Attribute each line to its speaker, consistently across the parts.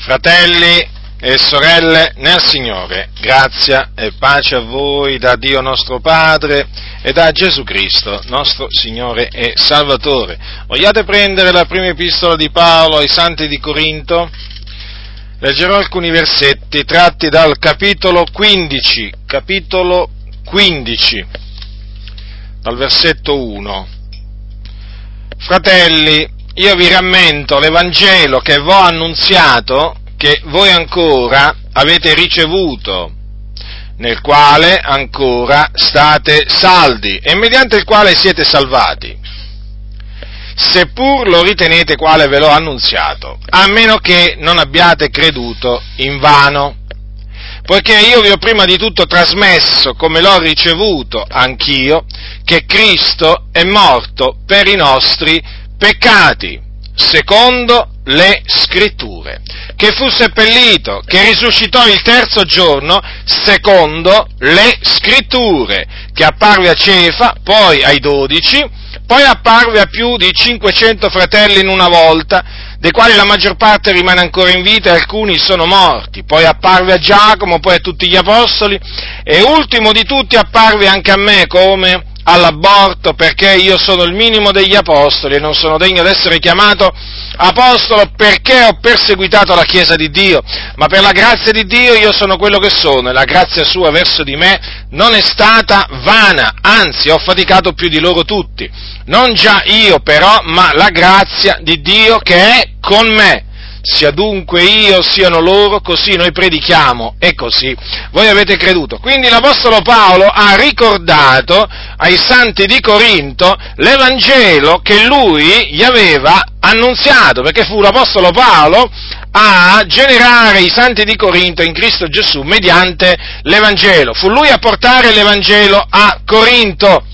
Speaker 1: Fratelli e sorelle nel Signore, grazia e pace a voi da Dio nostro Padre e da Gesù Cristo, nostro Signore e Salvatore. Vogliate prendere la prima epistola di Paolo ai Santi di Corinto? Leggerò alcuni versetti tratti dal capitolo 15, dal versetto 1. Fratelli, io vi rammento l'Evangelo che v'ho annunziato, che voi ancora avete ricevuto, nel quale ancora state saldi e mediante il quale siete salvati, seppur lo ritenete quale ve l'ho annunziato, a meno che non abbiate creduto invano. Poiché io vi ho prima di tutto trasmesso, come l'ho ricevuto anch'io, che Cristo è morto per i nostri peccati, secondo le Scritture, che fu seppellito, che risuscitò il terzo giorno, secondo le Scritture, che apparve a Cefa, poi ai 12, poi apparve a più di 500 fratelli in una volta, dei quali la maggior parte rimane ancora in vita e alcuni sono morti. Poi apparve a Giacomo, poi a tutti gli apostoli, e ultimo di tutti apparve anche a me come all'aborto, perché io sono il minimo degli apostoli e non sono degno d'essere chiamato apostolo, perché ho perseguitato la Chiesa di Dio, ma per la grazia di Dio io sono quello che sono, e la grazia sua verso di me non è stata vana, anzi ho faticato più di loro tutti, non già io però, ma la grazia di Dio che è con me. Sia dunque io, siano loro, così noi predichiamo e così voi avete creduto. Quindi l'Apostolo Paolo ha ricordato ai Santi di Corinto l'Evangelo che lui gli aveva annunziato, perché fu l'Apostolo Paolo a generare i Santi di Corinto in Cristo Gesù mediante l'Evangelo. Fu lui a portare l'Evangelo a Corinto.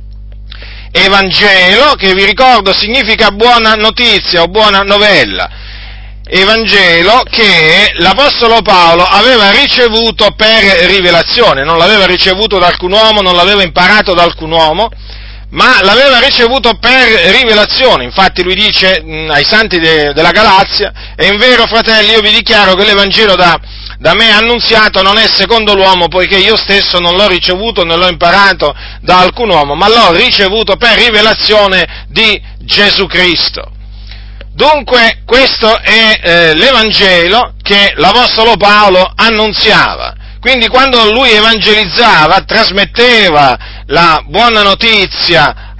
Speaker 1: Evangelo, che vi ricordo significa buona notizia o buona novella. Evangelo che l'Apostolo Paolo aveva ricevuto per rivelazione, non l'aveva ricevuto da alcun uomo, non l'aveva imparato da alcun uomo, ma l'aveva ricevuto per rivelazione. Infatti lui dice ai santi della Galazia: è in vero, fratelli, io vi dichiaro che l'Evangelo da me annunziato non è secondo l'uomo, poiché io stesso non l'ho ricevuto, non l'ho imparato da alcun uomo, ma l'ho ricevuto per rivelazione di Gesù Cristo. Dunque, questo è l'Evangelo che l'Apostolo Paolo annunziava. Quindi quando lui evangelizzava, trasmetteva la buona notizia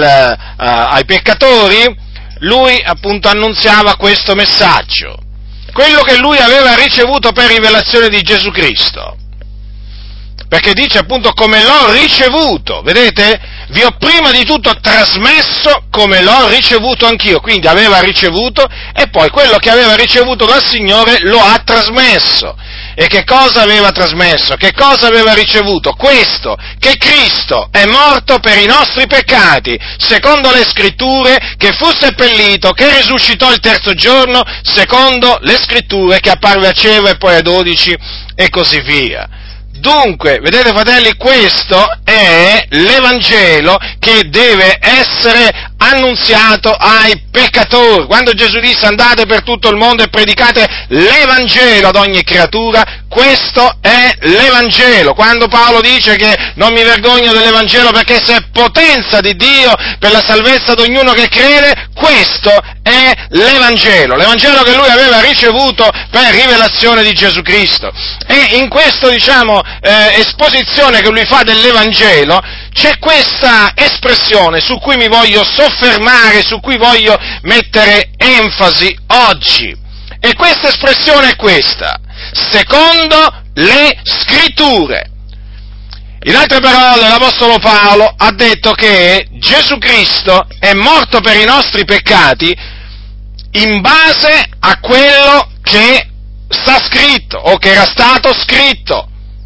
Speaker 1: ai peccatori, lui appunto annunziava questo messaggio, quello che lui aveva ricevuto per rivelazione di Gesù Cristo. Perché dice appunto come l'ho ricevuto, vedete? Vi ho prima di tutto trasmesso come l'ho ricevuto anch'io, quindi aveva ricevuto e poi quello che aveva ricevuto dal Signore lo ha trasmesso. E che cosa aveva trasmesso? Che cosa aveva ricevuto? Questo, che Cristo è morto per i nostri peccati, secondo le Scritture, che fu seppellito, che risuscitò il terzo giorno, secondo le Scritture, che apparve a Cefa e poi a 12 e così via. Dunque, vedete fratelli, questo è l'Evangelo che deve essere annunziato ai peccatori. Quando Gesù disse andate per tutto il mondo e predicate l'Evangelo ad ogni creatura, questo è l'Evangelo. Quando Paolo dice che non mi vergogno dell'Evangelo perché esso è potenza di Dio per la salvezza di ognuno che crede, questo è l'Evangelo che lui aveva ricevuto per rivelazione di Gesù Cristo. E in questo, esposizione che lui fa dell'Evangelo, c'è questa espressione su cui mi voglio soffermare, su cui voglio mettere enfasi oggi. E questa espressione è questa: secondo le Scritture. In altre parole, l'Apostolo Paolo ha detto che Gesù Cristo è morto per i nostri peccati in base a quello che sta scritto, o che era stato scritto,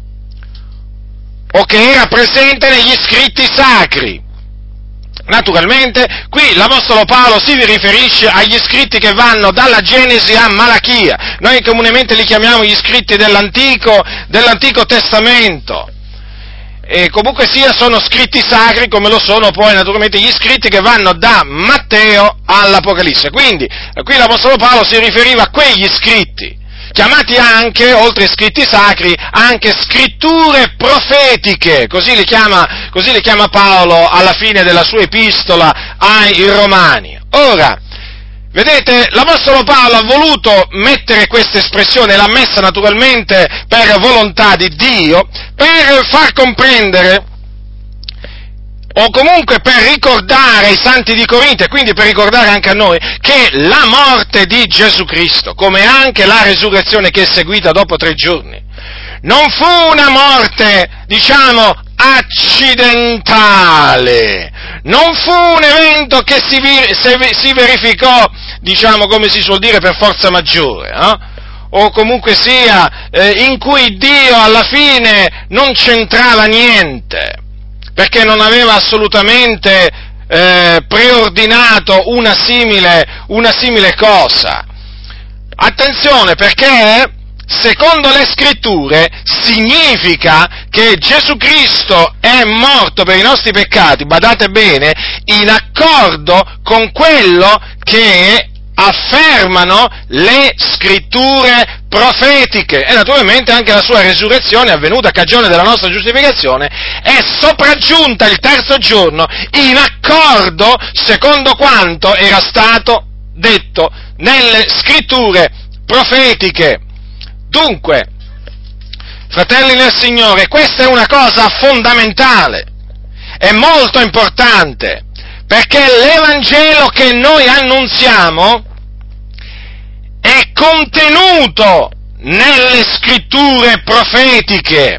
Speaker 1: o che era presente negli scritti sacri. Naturalmente, qui l'Apostolo Paolo si riferisce agli scritti che vanno dalla Genesi a Malachia. Noi comunemente li chiamiamo gli scritti dell'Antico Testamento. E comunque sia, sono scritti sacri, come lo sono poi naturalmente gli scritti che vanno da Matteo all'Apocalisse. Quindi, qui l'Apostolo Paolo si riferiva a quegli scritti. chiamati anche, oltre ai scritti sacri, anche scritture profetiche, così le chiama Paolo alla fine della sua epistola ai Romani. Ora, vedete, l'Apostolo Paolo ha voluto mettere questa espressione, l'ha messa naturalmente per volontà di Dio, per far comprendere, o comunque per ricordare ai santi di Corinto, e quindi per ricordare anche a noi, che la morte di Gesù Cristo, come anche la resurrezione che è seguita dopo 3 giorni, non fu una morte, accidentale, non fu un evento che si verificò, come si suol dire, per forza maggiore, o comunque sia, in cui Dio alla fine non c'entrava niente, perché non aveva assolutamente preordinato una simile cosa. Attenzione, perché secondo le Scritture significa che Gesù Cristo è morto per i nostri peccati, badate bene, in accordo con quello che affermano le Scritture profetiche, e naturalmente anche la sua resurrezione, avvenuta a cagione della nostra giustificazione, è sopraggiunta il 3° giorno in accordo secondo quanto era stato detto nelle Scritture profetiche. Dunque, fratelli nel Signore, questa è una cosa fondamentale, è molto importante, perché l'Evangelo che noi annunziamo è contenuto nelle Scritture profetiche,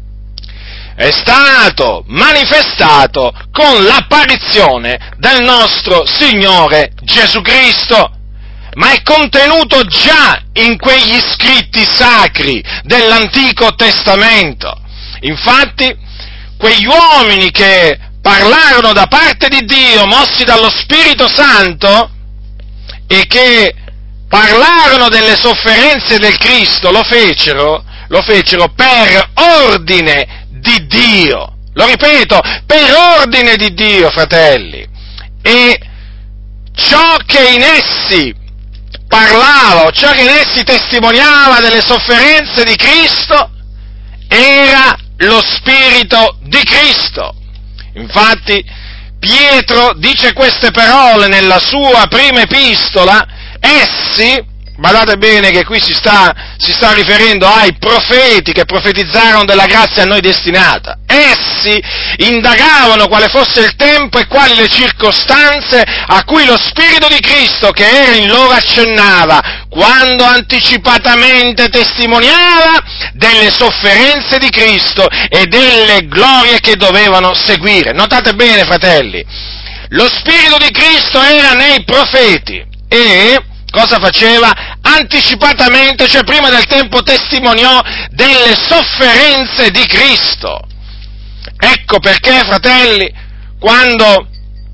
Speaker 1: è stato manifestato con l'apparizione del nostro Signore Gesù Cristo, ma è contenuto già in quegli scritti sacri dell'Antico Testamento. Infatti, quegli uomini che parlarono da parte di Dio, mossi dallo Spirito Santo, e che parlarono delle sofferenze del Cristo, lo fecero per ordine di Dio. Lo ripeto, per ordine di Dio, fratelli. E ciò che in essi parlava, ciò che in essi testimoniava delle sofferenze di Cristo, era lo Spirito di Cristo. Infatti, Pietro dice queste parole nella sua prima epistola: essi, badate bene che qui si sta riferendo ai profeti che profetizzarono della grazia a noi destinata, essi indagavano quale fosse il tempo e quali le circostanze a cui lo Spirito di Cristo che era in loro accennava, quando anticipatamente testimoniava delle sofferenze di Cristo e delle glorie che dovevano seguire. Notate bene, fratelli, lo Spirito di Cristo era nei profeti e cosa faceva? Anticipatamente, cioè prima del tempo, testimoniò delle sofferenze di Cristo. Ecco perché, fratelli, quando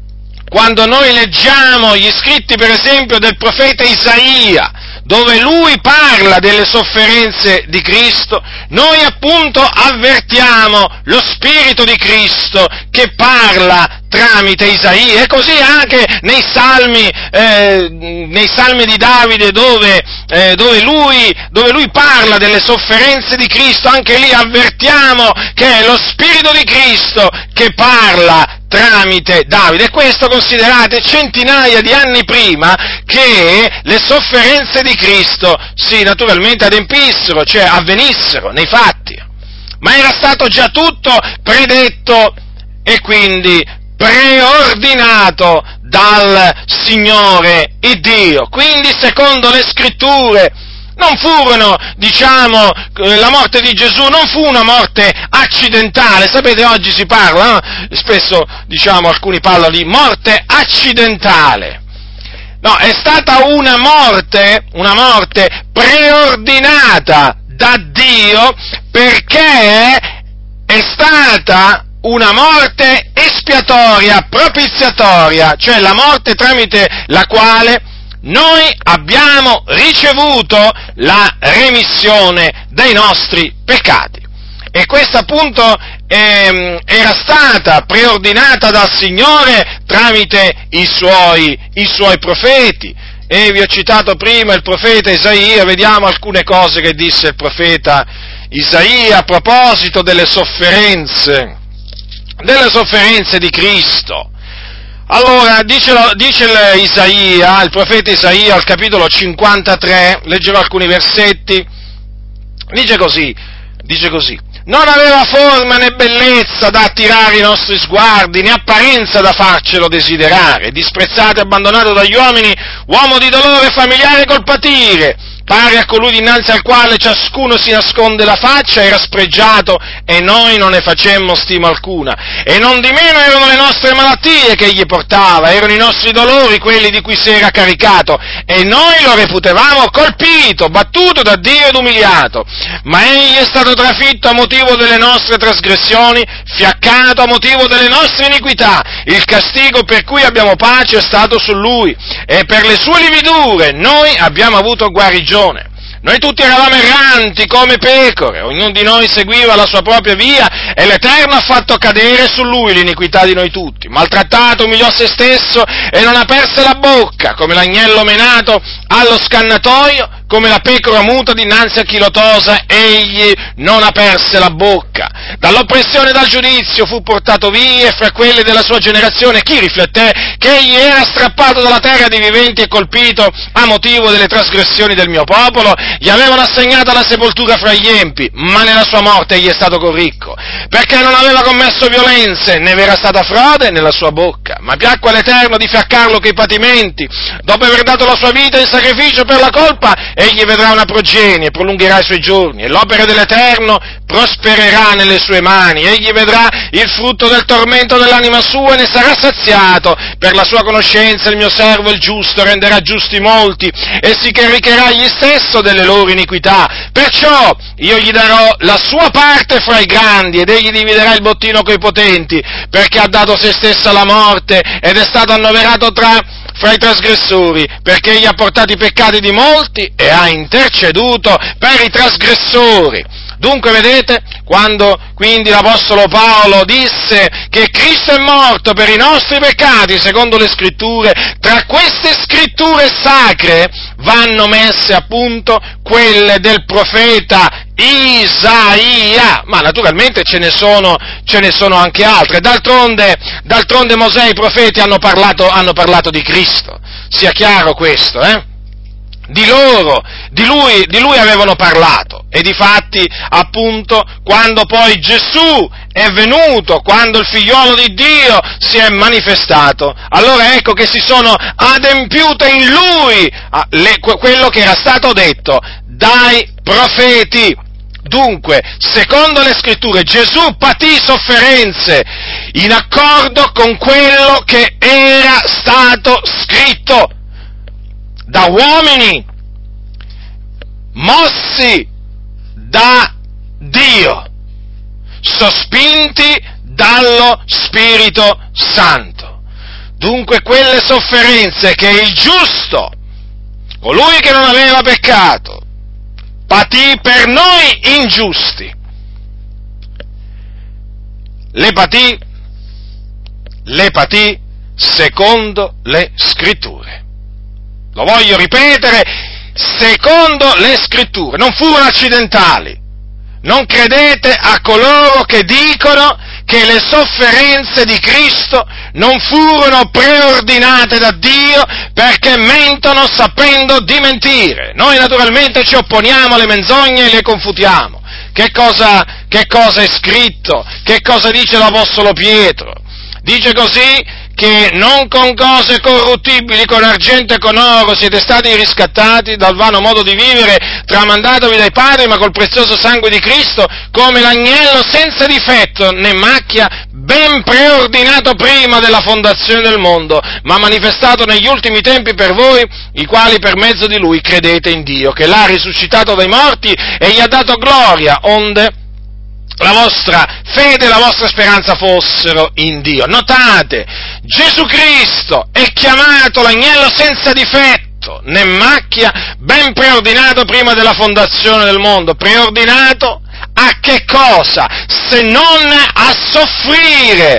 Speaker 1: noi leggiamo gli scritti, per esempio, del profeta Isaia, dove lui parla delle sofferenze di Cristo, noi appunto avvertiamo lo Spirito di Cristo che parla tramite Isaia, e così anche nei salmi di Davide dove lui parla delle sofferenze di Cristo, anche lì avvertiamo che è lo Spirito di Cristo che parla tramite Davide. E questo, considerate, centinaia di anni prima che le sofferenze di Cristo naturalmente adempissero, cioè avvenissero nei fatti. Ma era stato già tutto predetto e quindi preordinato dal Signore Iddio. Quindi, secondo le Scritture, non furono, la morte di Gesù non fu una morte accidentale. Sapete, oggi si parla, spesso, alcuni parlano di morte accidentale. No, è stata una morte preordinata da Dio, perché è stata una morte espiatoria, propiziatoria, cioè la morte tramite la quale noi abbiamo ricevuto la remissione dei nostri peccati. E questa appunto era stata preordinata dal Signore tramite i suoi profeti. e vi ho citato prima il profeta Isaia. Vediamo alcune cose che disse il profeta Isaia a proposito delle sofferenze di Cristo. Allora, dice il profeta Isaia al capitolo 53, leggerò alcuni versetti, dice così: non aveva forma né bellezza da attirare i nostri sguardi, né apparenza da farcelo desiderare, disprezzato e abbandonato dagli uomini, uomo di dolore, familiare col patire, pari a colui dinanzi al quale ciascuno si nasconde la faccia, era spregiato e noi non ne facemmo stima alcuna. E non di meno erano le nostre malattie che egli portava, erano i nostri dolori quelli di cui si era caricato, e noi lo reputavamo colpito, battuto da Dio ed umiliato. Ma egli è stato trafitto a motivo delle nostre trasgressioni, fiaccato a motivo delle nostre iniquità. Il castigo per cui abbiamo pace è stato su lui, e per le sue lividure noi abbiamo avuto guarigione. Noi tutti eravamo erranti come pecore, ognuno di noi seguiva la sua propria via, e l'Eterno ha fatto cadere su lui l'iniquità di noi tutti. Maltrattato, umiliò se stesso e non aperse la bocca, come l'agnello menato allo scannatoio, come la pecora muta dinanzi a chi lo tosa, egli non aperse la bocca. Dall'oppressione e dal giudizio fu portato via, e fra quelli della sua generazione chi rifletté che egli era strappato dalla terra dei viventi e colpito a motivo delle trasgressioni del mio popolo? Gli avevano assegnata la sepoltura fra gli empi, ma nella sua morte egli è stato corricco, perché non aveva commesso violenze, né v'era stata frode nella sua bocca, ma piacque all'Eterno di fiaccarlo coi patimenti. Dopo aver dato la sua vita in sacrificio per la colpa, egli vedrà una progenie, prolungherà i suoi giorni, e l'opera dell'Eterno prospererà nelle sue mani. Egli vedrà il frutto del tormento dell'anima sua e ne sarà saziato. Per la sua conoscenza il mio servo il giusto renderà giusti molti, e si caricherà egli stesso delle loro iniquità. Perciò io gli darò la sua parte fra i grandi, ed egli dividerà il bottino coi potenti, perché ha dato se stesso alla morte ed è stato annoverato fra i trasgressori, perché egli ha portato i peccati di molti e ha interceduto per i trasgressori. Dunque, vedete, quando quindi l'Apostolo Paolo disse che Cristo è morto per i nostri peccati, secondo le Scritture, tra queste Scritture sacre vanno messe appunto quelle del profeta Isaia, ma naturalmente ce ne sono anche altre. D'altronde Mosè e i profeti hanno parlato di Cristo, sia chiaro questo, Di lui avevano parlato, e difatti, appunto, quando poi Gesù è venuto, quando il figliuolo di Dio si è manifestato, allora ecco che si sono adempiute in lui quello che era stato detto dai profeti. Dunque, secondo le Scritture, Gesù patì sofferenze in accordo con quello che era stato scritto da uomini mossi da Dio, sospinti dallo Spirito Santo. Dunque quelle sofferenze che il giusto, colui che non aveva peccato, patì per noi ingiusti, le patì secondo le Scritture. Lo voglio ripetere, secondo le Scritture, non furono accidentali. Non credete a coloro che dicono che le sofferenze di Cristo non furono preordinate da Dio, perché mentono sapendo di mentire. Noi naturalmente ci opponiamo alle menzogne e le confutiamo. Che cosa è scritto? Che cosa dice l'Apostolo Pietro? Dice così che non con cose corruttibili, con argento e con oro siete stati riscattati dal vano modo di vivere tramandatovi dai padri, ma col prezioso sangue di Cristo, come l'agnello senza difetto né macchia, ben preordinato prima della fondazione del mondo, ma manifestato negli ultimi tempi per voi, i quali per mezzo di Lui credete in Dio, che l'ha risuscitato dai morti e gli ha dato gloria, onde la vostra fede e la vostra speranza fossero in Dio. Notate, Gesù Cristo è chiamato l'agnello senza difetto né macchia, ben preordinato prima della fondazione del mondo. Preordinato a che cosa? Se non a soffrire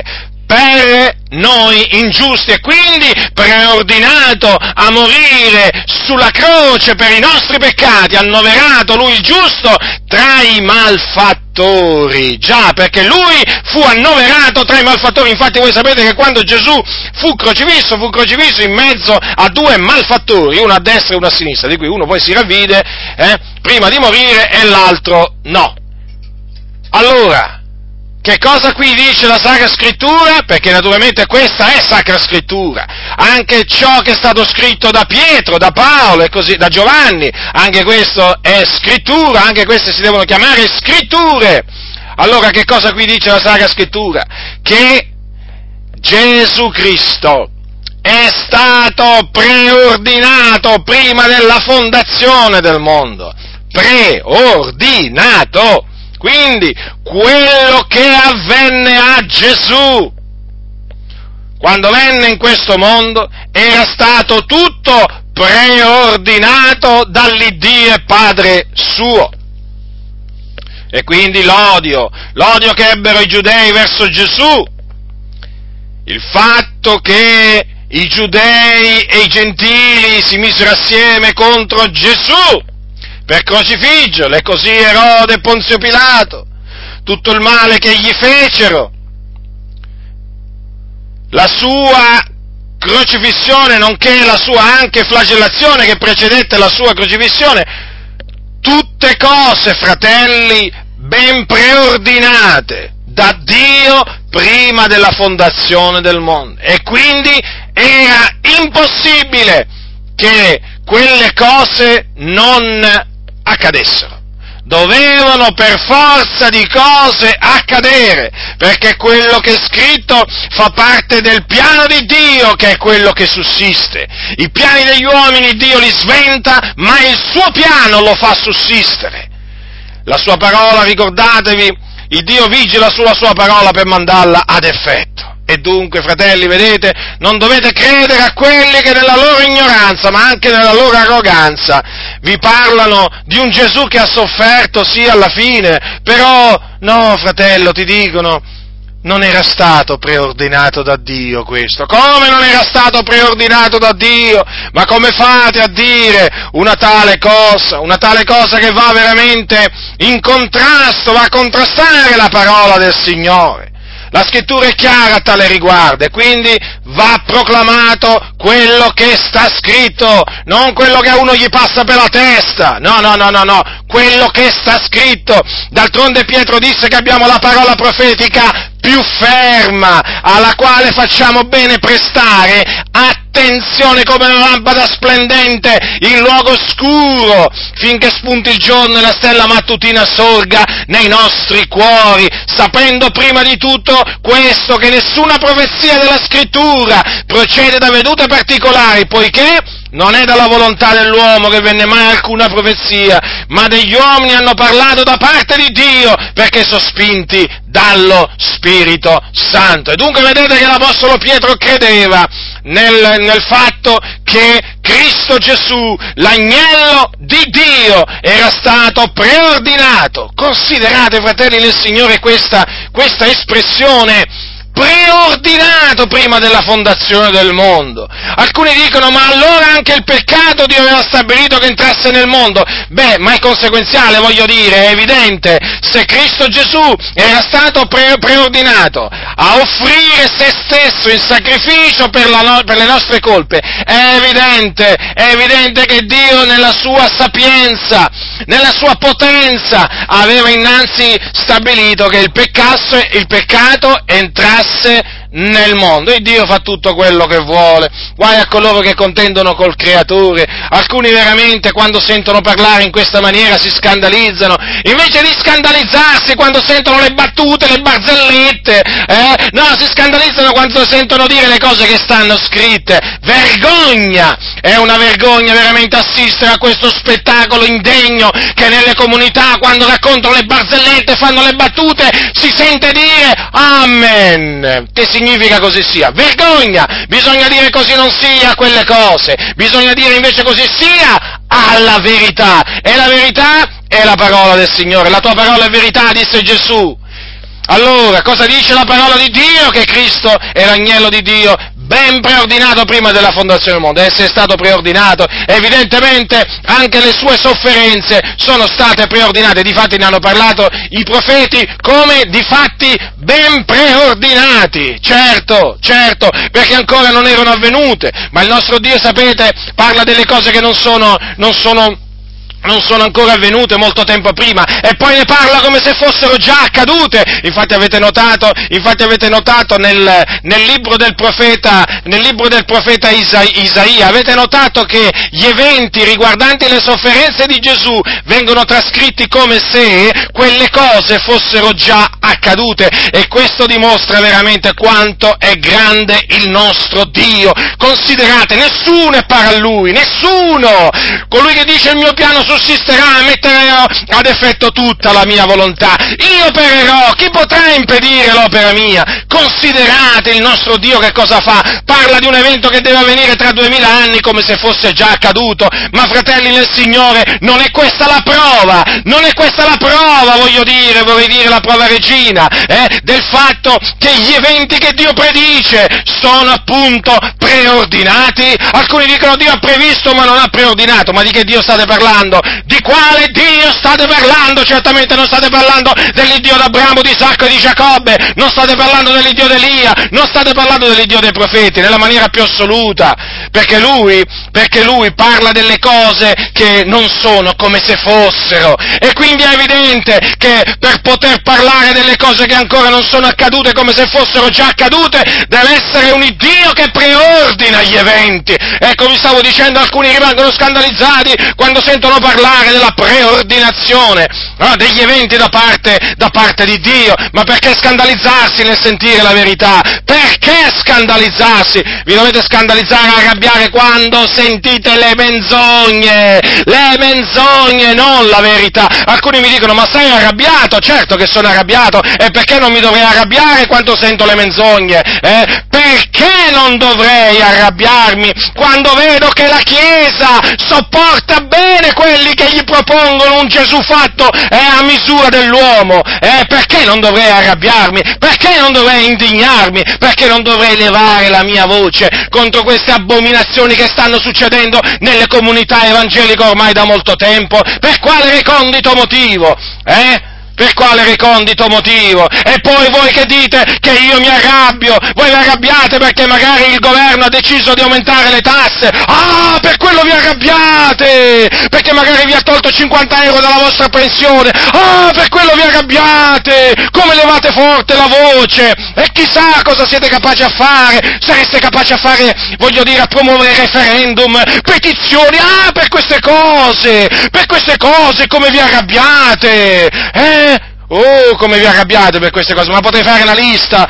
Speaker 1: per noi ingiusti e quindi preordinato a morire sulla croce per i nostri peccati, annoverato lui il giusto tra i malfattori. Già, perché lui fu annoverato tra i malfattori. Infatti voi sapete che quando Gesù fu crocifisso in mezzo a due malfattori, uno a destra e uno a sinistra, di cui uno poi si ravvide prima di morire e l'altro no. Allora, che cosa qui dice la Sacra Scrittura? Perché naturalmente questa è Sacra Scrittura. Anche ciò che è stato scritto da Pietro, da Paolo e così, da Giovanni, anche questo è Scrittura, anche queste si devono chiamare Scritture. Allora che cosa qui dice la Sacra Scrittura? Che Gesù Cristo è stato preordinato prima della fondazione del mondo. Preordinato! Quindi, quello che avvenne a Gesù, quando venne in questo mondo, era stato tutto preordinato dall'Iddio e Padre suo. E quindi l'odio che ebbero i giudei verso Gesù, il fatto che i giudei e i gentili si misero assieme contro Gesù, per crocifiggerlo, e così Erode e Ponzio Pilato, tutto il male che gli fecero, la sua crocifissione, nonché la sua anche flagellazione che precedette la sua crocifissione, tutte cose, fratelli, ben preordinate da Dio prima della fondazione del mondo. E quindi era impossibile che quelle cose non accadessero. Dovevano per forza di cose accadere, perché quello che è scritto fa parte del piano di Dio, che è quello che sussiste. I piani degli uomini Dio li sventa, ma il suo piano lo fa sussistere. La sua parola, ricordatevi, il Dio vigila sulla sua parola per mandarla ad effetto. E dunque, fratelli, vedete, non dovete credere a quelli che nella loro ignoranza, ma anche nella loro arroganza, vi parlano di un Gesù che ha sofferto, sì, alla fine, però, no, fratello, ti dicono, non era stato preordinato da Dio questo. Come non era stato preordinato da Dio? Ma come fate a dire una tale cosa che va veramente in contrasto, va a contrastare la parola del Signore? La Scrittura è chiara a tale riguardo e quindi va proclamato quello che sta scritto, non quello che a uno gli passa per la testa, no, quello che sta scritto. D'altronde Pietro disse che abbiamo la parola profetica più ferma, alla quale facciamo bene prestare attenzione come una lampada splendente in luogo scuro, finché spunti il giorno e la stella mattutina sorga nei nostri cuori, sapendo prima di tutto questo, che nessuna profezia della Scrittura procede da vedute particolari, poiché non è dalla volontà dell'uomo che venne mai alcuna profezia, ma degli uomini hanno parlato da parte di Dio, perché sospinti dallo Spirito Santo. E dunque vedete che l'Apostolo Pietro credeva nel fatto che Cristo Gesù, l'agnello di Dio, era stato preordinato. Considerate, fratelli nel Signore, questa espressione, preordinato prima della fondazione del mondo. Alcuni dicono, ma allora anche il peccato Dio aveva stabilito che entrasse nel mondo? Beh, ma è conseguenziale, voglio dire, è evidente. Se Cristo Gesù era stato preordinato a offrire se stesso in sacrificio per le nostre colpe, è evidente che Dio nella sua sapienza, nella sua potenza, aveva innanzi stabilito che il peccato entrasse nel mondo, e Dio fa tutto quello che vuole. Guai a coloro che contendono col Creatore. Alcuni veramente quando sentono parlare in questa maniera si scandalizzano, invece di scandalizzarsi quando sentono le battute, le barzellette, si scandalizzano quando sentono dire le cose che stanno scritte. Vergogna! È una vergogna veramente assistere a questo spettacolo indegno che nelle comunità, quando raccontano le barzellette e fanno le battute, si sente dire Amen. Che significa così sia? Vergogna! Bisogna dire così non sia a quelle cose, bisogna dire invece così sia alla verità, e la verità è la parola del Signore. La tua parola è verità, disse Gesù. Allora, cosa dice la parola di Dio? Che Cristo è l'agnello di Dio, ben preordinato prima della fondazione del mondo. Essere stato preordinato, evidentemente anche le sue sofferenze sono state preordinate, difatti ne hanno parlato i profeti come di fatti ben preordinati, certo, perché ancora non erano avvenute, ma il nostro Dio, sapete, parla delle cose che non sono ancora avvenute molto tempo prima, e poi ne parla come se fossero già accadute. Infatti avete notato nel libro del profeta Isaia, avete notato che gli eventi riguardanti le sofferenze di Gesù vengono trascritti come se quelle cose fossero già accadute, e questo dimostra veramente quanto è grande il nostro Dio. Considerate, nessuno è pari a Lui, nessuno! Colui che dice il mio piano sussisterà, metterò ad effetto tutta la mia volontà, io opererò, chi potrà impedire l'opera mia? Considerate il nostro Dio che cosa fa, parla di un evento che deve avvenire tra 2000 anni come se fosse già accaduto, ma fratelli nel Signore, non è questa la prova, vorrei dire la prova regina, del fatto che gli eventi che Dio predice sono appunto preordinati. Alcuni dicono Dio ha previsto ma non ha preordinato, ma di che Dio state parlando? Di quale Dio state parlando? Certamente non state parlando dell'Iddio d'Abramo, di Isacco e di Giacobbe, non state parlando dell'Iddio d'Elia, non state parlando dell'Iddio dei profeti, nella maniera più assoluta, perché lui parla delle cose che non sono come se fossero, e quindi è evidente che per poter parlare delle cose che ancora non sono accadute come se fossero già accadute, deve essere un Iddio che preordina gli eventi. Ecco, vi stavo dicendo, alcuni rimangono scandalizzati quando sentono parlare della preordinazione degli eventi da parte di Dio. Ma perché scandalizzarsi nel sentire la verità? Perché scandalizzarsi? Vi dovete scandalizzare e arrabbiare quando sentite le menzogne, non la verità. Alcuni mi dicono, ma sei arrabbiato? Certo che sono arrabbiato, e perché non mi dovrei arrabbiare quando sento le menzogne? Perché non dovrei arrabbiarmi quando vedo che la Chiesa sopporta bene quelli che gli propongono un Gesù fatto a misura dell'uomo? Perché non dovrei arrabbiarmi? Perché non dovrei indignarmi? Perché non dovrei levare la mia voce contro queste abominazioni che stanno succedendo nelle comunità evangeliche ormai da molto tempo? Per quale recondito motivo? Per quale recondito motivo? E poi voi che dite che io mi arrabbio, voi vi arrabbiate perché magari il governo ha deciso di aumentare le tasse, per quello vi arrabbiate, perché magari vi ha tolto 50 euro dalla vostra pensione, per quello vi arrabbiate, come levate forte la voce, e chissà cosa siete capaci a fare, sareste capaci a fare, a promuovere referendum, petizioni, per queste cose, come vi arrabbiate, Oh, come vi arrabbiate per queste cose, ma potrei fare una lista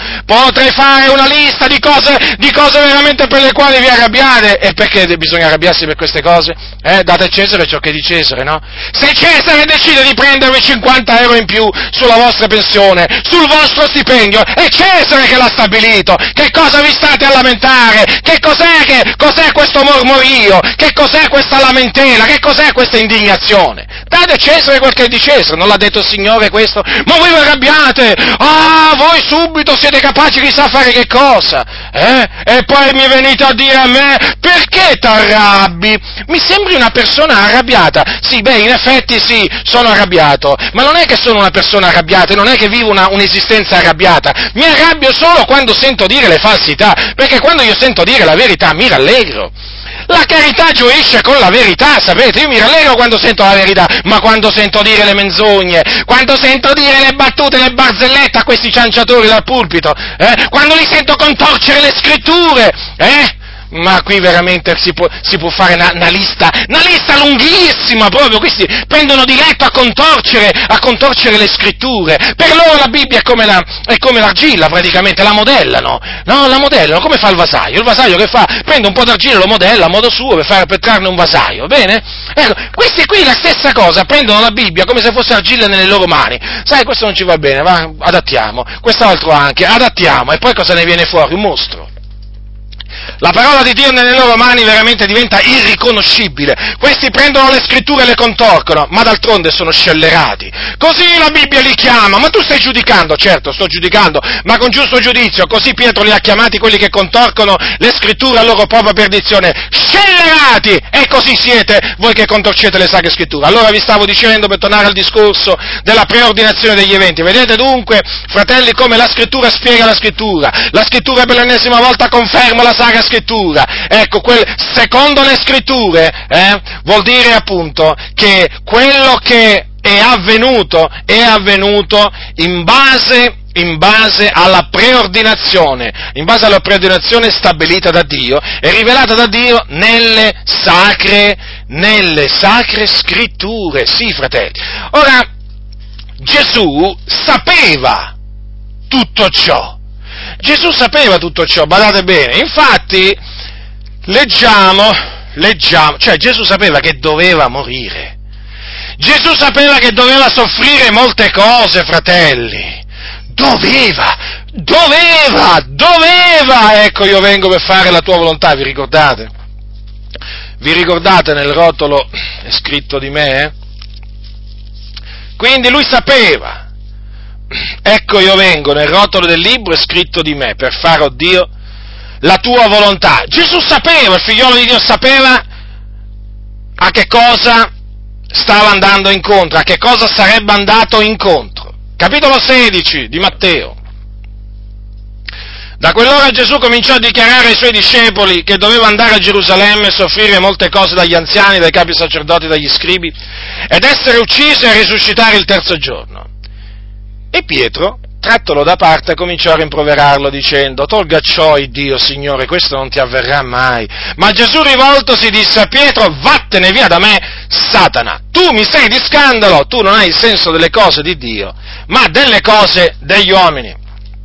Speaker 1: di cose veramente per le quali vi arrabbiate. E perché bisogna arrabbiarsi per queste cose? Date a Cesare ciò che è di Cesare, no? Se Cesare decide di prendervi 50 euro in più sulla vostra pensione, sul vostro stipendio, è Cesare che l'ha stabilito. Che cosa vi state a lamentare? Cos'è questo mormorio? Che cos'è questa lamentela? Che cos'è questa indignazione? Date a Cesare quel che è di Cesare, non l'ha detto il Signore questo? Ma voi vi arrabbiate! Voi subito siete capaci chissà fare che cosa? E poi mi venite a dire a me, perché t'arrabbi? Mi sembri una persona arrabbiata. Sì, in effetti sì, sono arrabbiato, ma non è che sono una persona arrabbiata, non è che vivo un'esistenza arrabbiata. Mi arrabbio solo quando sento dire le falsità, perché quando io sento dire la verità mi rallegro. La carità gioisce con la verità, sapete? Io mi rallegro quando sento la verità, ma quando sento dire le menzogne, quando sento dire le battute, le barzellette a questi cianciatori dal pulpito, quando li sento contorcere le scritture, ma qui veramente si può fare una lista lunghissima, proprio, questi prendono diletto a contorcere le scritture. Per loro la Bibbia è come l'argilla, praticamente, la modellano, come fa il vasaio? Il vasaio che fa? Prende un po' d'argilla, lo modella a modo suo per trarne un vasaio, bene? Ecco, questi qui la stessa cosa, prendono la Bibbia come se fosse argilla nelle loro mani. Sai, questo non ci va bene, adattiamo, quest'altro anche, adattiamo, e poi cosa ne viene fuori? Un mostro. La parola di Dio nelle loro mani veramente diventa irriconoscibile. Questi prendono le scritture e le contorcono, ma d'altronde sono scellerati. Così la Bibbia li chiama. Ma tu stai giudicando? Certo, sto giudicando, ma con giusto giudizio. Così Pietro li ha chiamati quelli che contorcono le scritture a loro propria perdizione. Scellerati! E così siete voi che contorcete le sacre scritture. Allora vi stavo dicendo, per tornare al discorso della preordinazione degli eventi. Vedete dunque, fratelli, come la scrittura spiega la scrittura. La scrittura per l'ennesima volta conferma la sacra scrittura. Ecco, secondo le scritture, vuol dire appunto che quello che è avvenuto in base alla preordinazione stabilita da Dio e rivelata da Dio nelle sacre scritture. Sì, fratelli. Ora, Gesù sapeva tutto ciò. Badate bene. Infatti, leggiamo, cioè Gesù sapeva che doveva morire. Gesù sapeva che doveva soffrire molte cose, fratelli. Doveva! Ecco, io vengo per fare la tua volontà, vi ricordate? Vi ricordate nel rotolo è scritto di me? Quindi lui sapeva. Ecco, io vengo, nel rotolo del libro è scritto di me, per fare, oh Dio, la tua volontà. Gesù sapeva, il figliolo di Dio sapeva a che cosa stava andando incontro, a che cosa sarebbe andato incontro. Capitolo 16 di Matteo. Da quell'ora Gesù cominciò a dichiarare ai suoi discepoli che doveva andare a Gerusalemme e soffrire molte cose dagli anziani, dai capi sacerdoti, dagli scribi, ed essere ucciso e risuscitare il terzo giorno. E Pietro, trattolo da parte, cominciò a rimproverarlo dicendo: tolga ciò, Dio, Signore, questo non ti avverrà mai. Ma Gesù rivoltosi disse a Pietro: vattene via da me, Satana, tu mi sei di scandalo, tu non hai il senso delle cose di Dio, ma delle cose degli uomini.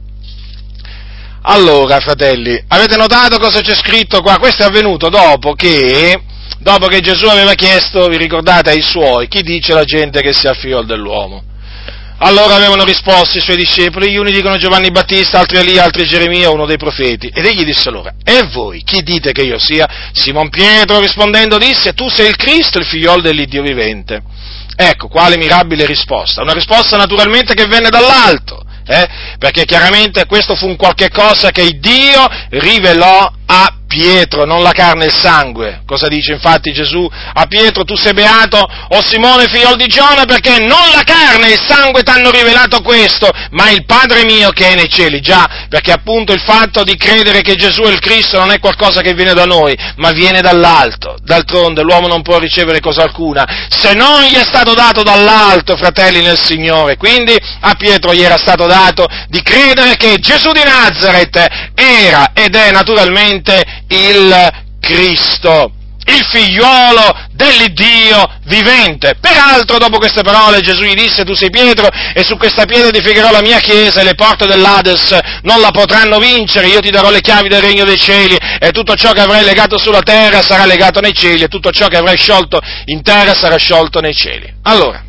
Speaker 1: Allora, fratelli, avete notato cosa c'è scritto qua? Questo è avvenuto dopo che Gesù aveva chiesto, vi ricordate, ai suoi: chi dice la gente che sia il figlio dell'uomo? Allora avevano risposto i suoi discepoli: gli uni dicono Giovanni Battista, altri Elia, altri Geremia, uno dei profeti. Ed egli disse loro: e voi, chi dite che io sia? Simon Pietro rispondendo disse: tu sei il Cristo, il figliolo dell'Iddio vivente. Ecco, quale mirabile risposta. Una risposta naturalmente che venne dall'alto, perché chiaramente questo fu un qualche cosa che Dio rivelò a Pietro, non la carne e il sangue. Cosa dice infatti Gesù a Pietro? Tu sei beato, o Simone figliol di Giona, perché non la carne e il sangue ti hanno rivelato questo, ma il Padre mio che è nei cieli. Già, perché appunto il fatto di credere che Gesù è il Cristo non è qualcosa che viene da noi, ma viene dall'alto. D'altronde l'uomo non può ricevere cosa alcuna se non gli è stato dato dall'alto, fratelli nel Signore. Quindi a Pietro gli era stato dato di credere che Gesù di Nazaret era ed è naturalmente il Cristo, il figliuolo dell'Iddio vivente. Peraltro, dopo queste parole, Gesù gli disse: tu sei Pietro, e su questa pietra edificherò la mia chiesa, e le porte dell'Ades non la potranno vincere. Io ti darò le chiavi del regno dei cieli, e tutto ciò che avrai legato sulla terra sarà legato nei cieli, e tutto ciò che avrai sciolto in terra sarà sciolto nei cieli. Allora,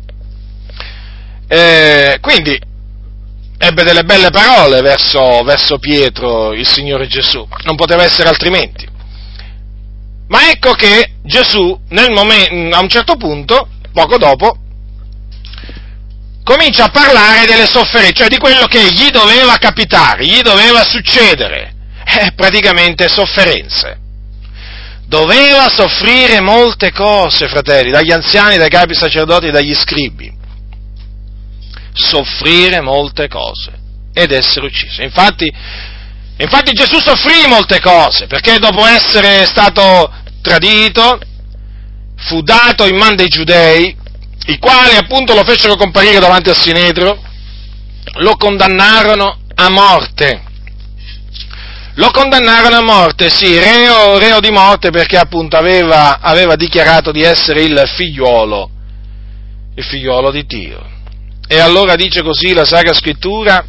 Speaker 1: quindi ebbe delle belle parole verso Pietro il Signore Gesù, non poteva essere altrimenti. Ma ecco che Gesù, a un certo punto, poco dopo, comincia a parlare delle sofferenze, cioè di quello che gli doveva capitare, gli doveva succedere, praticamente sofferenze. Doveva soffrire molte cose, fratelli, dagli anziani, dai capi sacerdoti e dagli scribi. Soffrire molte cose ed essere ucciso. Infatti Gesù soffrì molte cose, perché dopo essere stato tradito fu dato in mano dei giudei, i quali appunto lo fecero comparire davanti al Sinedrio, lo condannarono a morte. Sì, reo di morte, perché appunto aveva dichiarato di essere il figliolo di Dio. E allora dice così la Sacra Scrittura,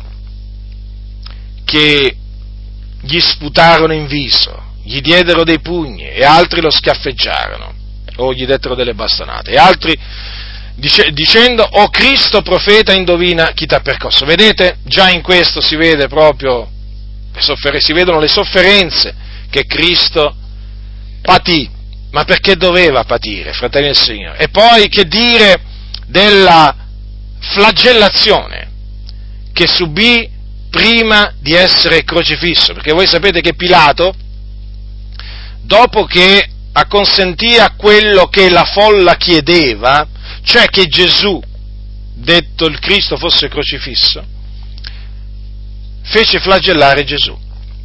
Speaker 1: che gli sputarono in viso, gli diedero dei pugni, e altri lo schiaffeggiarono, o gli dettero delle bastonate, e altri dicendo: o Cristo profeta, indovina chi t'ha percosso. Vedete, già in questo si vede proprio, si vedono le sofferenze che Cristo patì. Ma perché doveva patire, fratelli del Signore? E poi che dire della flagellazione che subì prima di essere crocifisso? Perché voi sapete che Pilato, dopo che acconsentì a quello che la folla chiedeva, cioè che Gesù, detto il Cristo, fosse crocifisso, fece flagellare Gesù,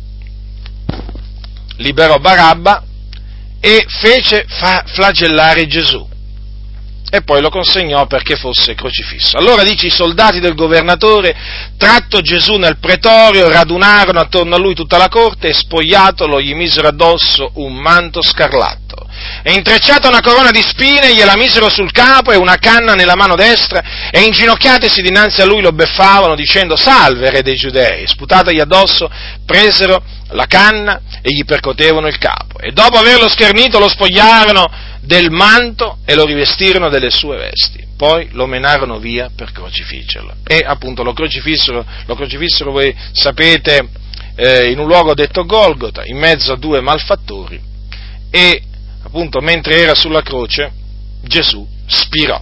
Speaker 1: liberò Barabba e fece flagellare Gesù e poi lo consegnò perché fosse crocifisso. Allora dice: i soldati del governatore, tratto Gesù nel pretorio, radunarono attorno a lui tutta la corte e spogliatolo gli misero addosso un manto scarlatto e intrecciata una corona di spine gliela misero sul capo e una canna nella mano destra e inginocchiatisi dinanzi a lui lo beffavano dicendo: salve, re dei Giudei. Sputatagli addosso presero la canna e gli percotevano il capo e dopo averlo schernito lo spogliarono del manto e lo rivestirono delle sue vesti, poi lo menarono via per crocifiggerlo e appunto lo crocifissero, voi sapete, in un luogo detto Golgota, in mezzo a due malfattori, e appunto mentre era sulla croce Gesù spirò.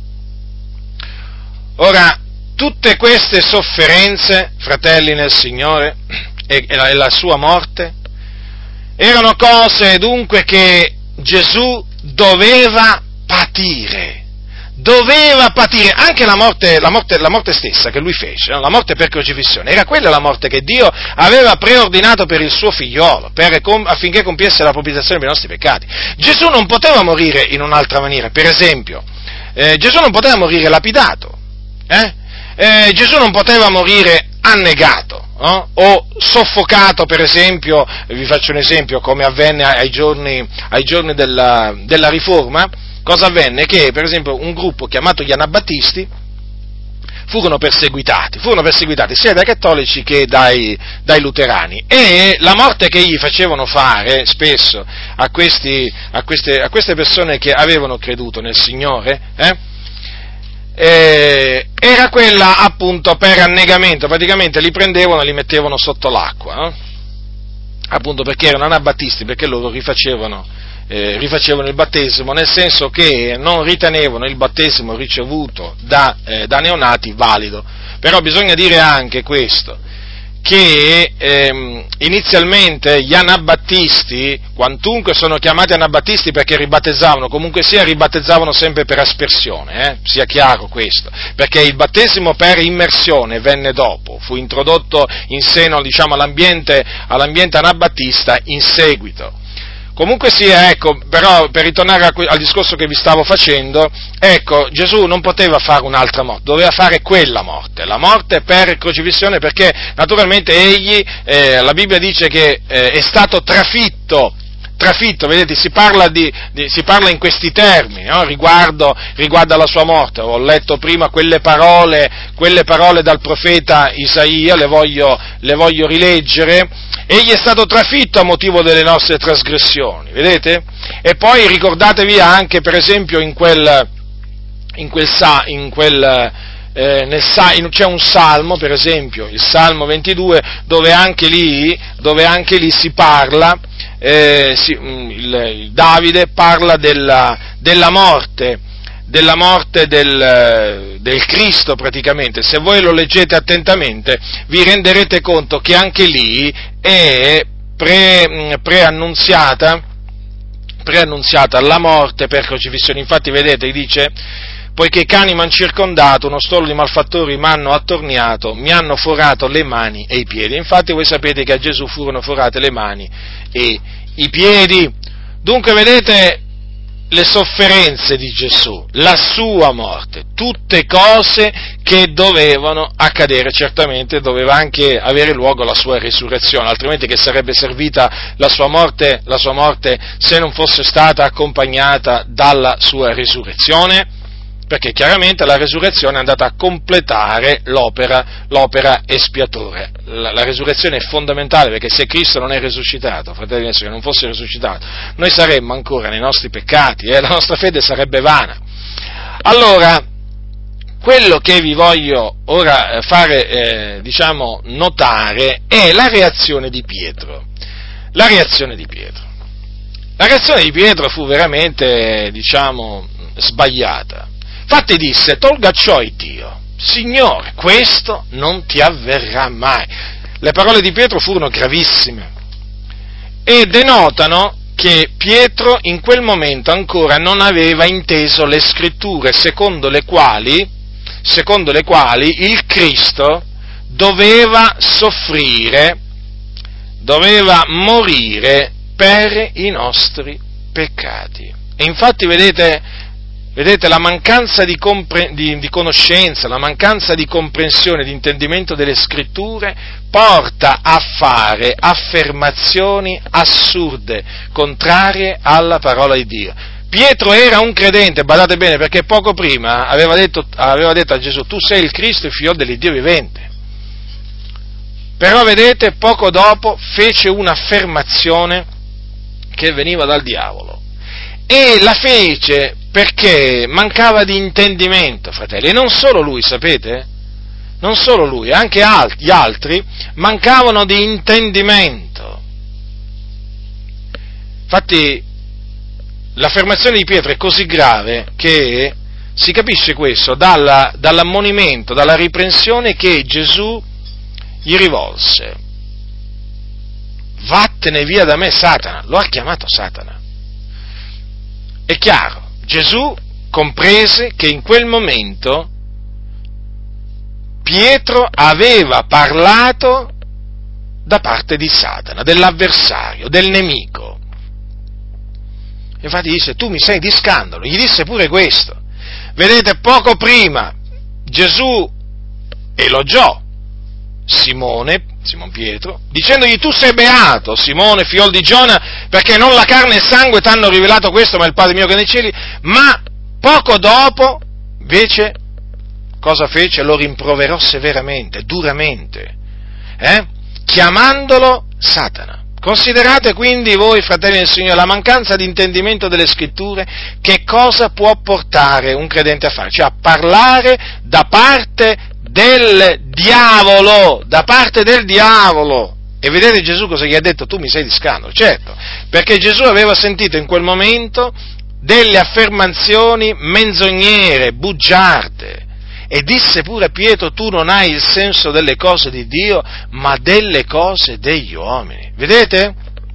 Speaker 1: Ora, tutte queste sofferenze, fratelli nel Signore, e la sua morte, erano cose dunque che Gesù doveva patire, anche la morte stessa che lui fece, no? La morte per crocifissione, era quella la morte che Dio aveva preordinato per il suo figliolo, affinché compiesse la propiziazione per i nostri peccati. Gesù non poteva morire in un'altra maniera, per esempio, Gesù non poteva morire lapidato, Gesù non poteva morire annegato, o soffocato, per esempio, vi faccio un esempio, come avvenne ai giorni della Riforma. Cosa avvenne? Che, per esempio, un gruppo chiamato gli Anabattisti furono perseguitati sia dai cattolici che dai luterani, e la morte che gli facevano fare spesso a queste persone che avevano creduto nel Signore, era quella appunto per annegamento. Praticamente li prendevano e li mettevano sotto l'acqua, appunto perché erano anabattisti, perché loro rifacevano il battesimo, nel senso che non ritenevano il battesimo ricevuto da neonati valido. Però bisogna dire anche questo, che inizialmente gli anabattisti, quantunque sono chiamati anabattisti perché ribattezzavano, comunque sia ribattezzavano sempre per aspersione, sia chiaro questo, perché il battesimo per immersione venne dopo, fu introdotto in seno, diciamo, all'ambiente anabattista in seguito. Comunque sia, ecco, però per ritornare al discorso che vi stavo facendo, ecco, Gesù non poteva fare un'altra morte, doveva fare quella morte, la morte per crocifissione, perché naturalmente egli, la Bibbia dice che è stato trafitto, vedete, si parla in questi termini, no? riguardo alla sua morte. Ho letto prima quelle parole dal profeta Isaia, le voglio rileggere. Egli è stato trafitto a motivo delle nostre trasgressioni, vedete? E poi ricordatevi anche, per esempio, c'è un salmo, per esempio, il Salmo 22, dove anche lì si parla, Davide parla della morte del Cristo praticamente. Se voi lo leggete attentamente vi renderete conto che anche lì è preannunziata la morte per crocifissione. Infatti vedete, dice: poiché i cani m'han circondato, uno stollo di malfattori m'hanno attorniato, mi hanno forato le mani e i piedi. Infatti voi sapete che a Gesù furono forate le mani e i piedi. Dunque vedete le sofferenze di Gesù, la sua morte, tutte cose che dovevano accadere. Certamente doveva anche avere luogo la sua risurrezione, altrimenti che sarebbe servita la sua morte se non fosse stata accompagnata dalla sua risurrezione? Perché chiaramente la resurrezione è andata a completare l'opera espiatoria. La resurrezione è fondamentale, perché se Cristo non è risuscitato, fratelli, se non fosse risuscitato, noi saremmo ancora nei nostri peccati, la nostra fede sarebbe vana. Allora, quello che vi voglio ora fare, notare, è la reazione di Pietro. la reazione di Pietro. La reazione di Pietro fu veramente, sbagliata. Infatti disse: tolga ciò Dio, Signore, questo non ti avverrà mai. Le parole di Pietro furono gravissime e denotano che Pietro in quel momento ancora non aveva inteso le scritture secondo le quali il Cristo doveva soffrire, doveva morire per i nostri peccati. E infatti vedete la mancanza di conoscenza, la mancanza di comprensione, di intendimento delle scritture porta a fare affermazioni assurde, contrarie alla parola di Dio. Pietro era un credente, badate bene, perché poco prima aveva detto a Gesù: tu sei il Cristo, il figlio dell'Iddio vivente. Però vedete, poco dopo fece un'affermazione che veniva dal diavolo, e la fece perché mancava di intendimento, fratelli, e non solo lui, sapete? Non solo lui, anche gli altri mancavano di intendimento. Infatti l'affermazione di Pietro è così grave che si capisce questo dall'ammonimento, dalla riprensione che Gesù gli rivolse. Vattene via da me, Satana. Lo ha chiamato Satana. È chiaro, Gesù comprese che in quel momento Pietro aveva parlato da parte di Satana, dell'avversario, del nemico. Infatti disse: tu mi sei di scandalo. Gli disse pure questo. Vedete, poco prima Gesù elogiò Simon Pietro, dicendogli: tu sei beato, Simone, figlio di Giona, perché non la carne e il sangue ti hanno rivelato questo, ma il Padre mio che è nei cieli. Ma poco dopo, invece, cosa fece? Lo rimproverò severamente, duramente, chiamandolo Satana. Considerate quindi voi, fratelli del Signore, la mancanza di intendimento delle Scritture, che cosa può portare un credente a fare? Cioè a parlare da parte del diavolo. E vedete Gesù cosa gli ha detto? Tu mi sei di scandalo. Certo, perché Gesù aveva sentito in quel momento delle affermazioni menzognere, bugiarde, e disse pure a Pietro: tu non hai il senso delle cose di Dio, ma delle cose degli uomini. Vedete?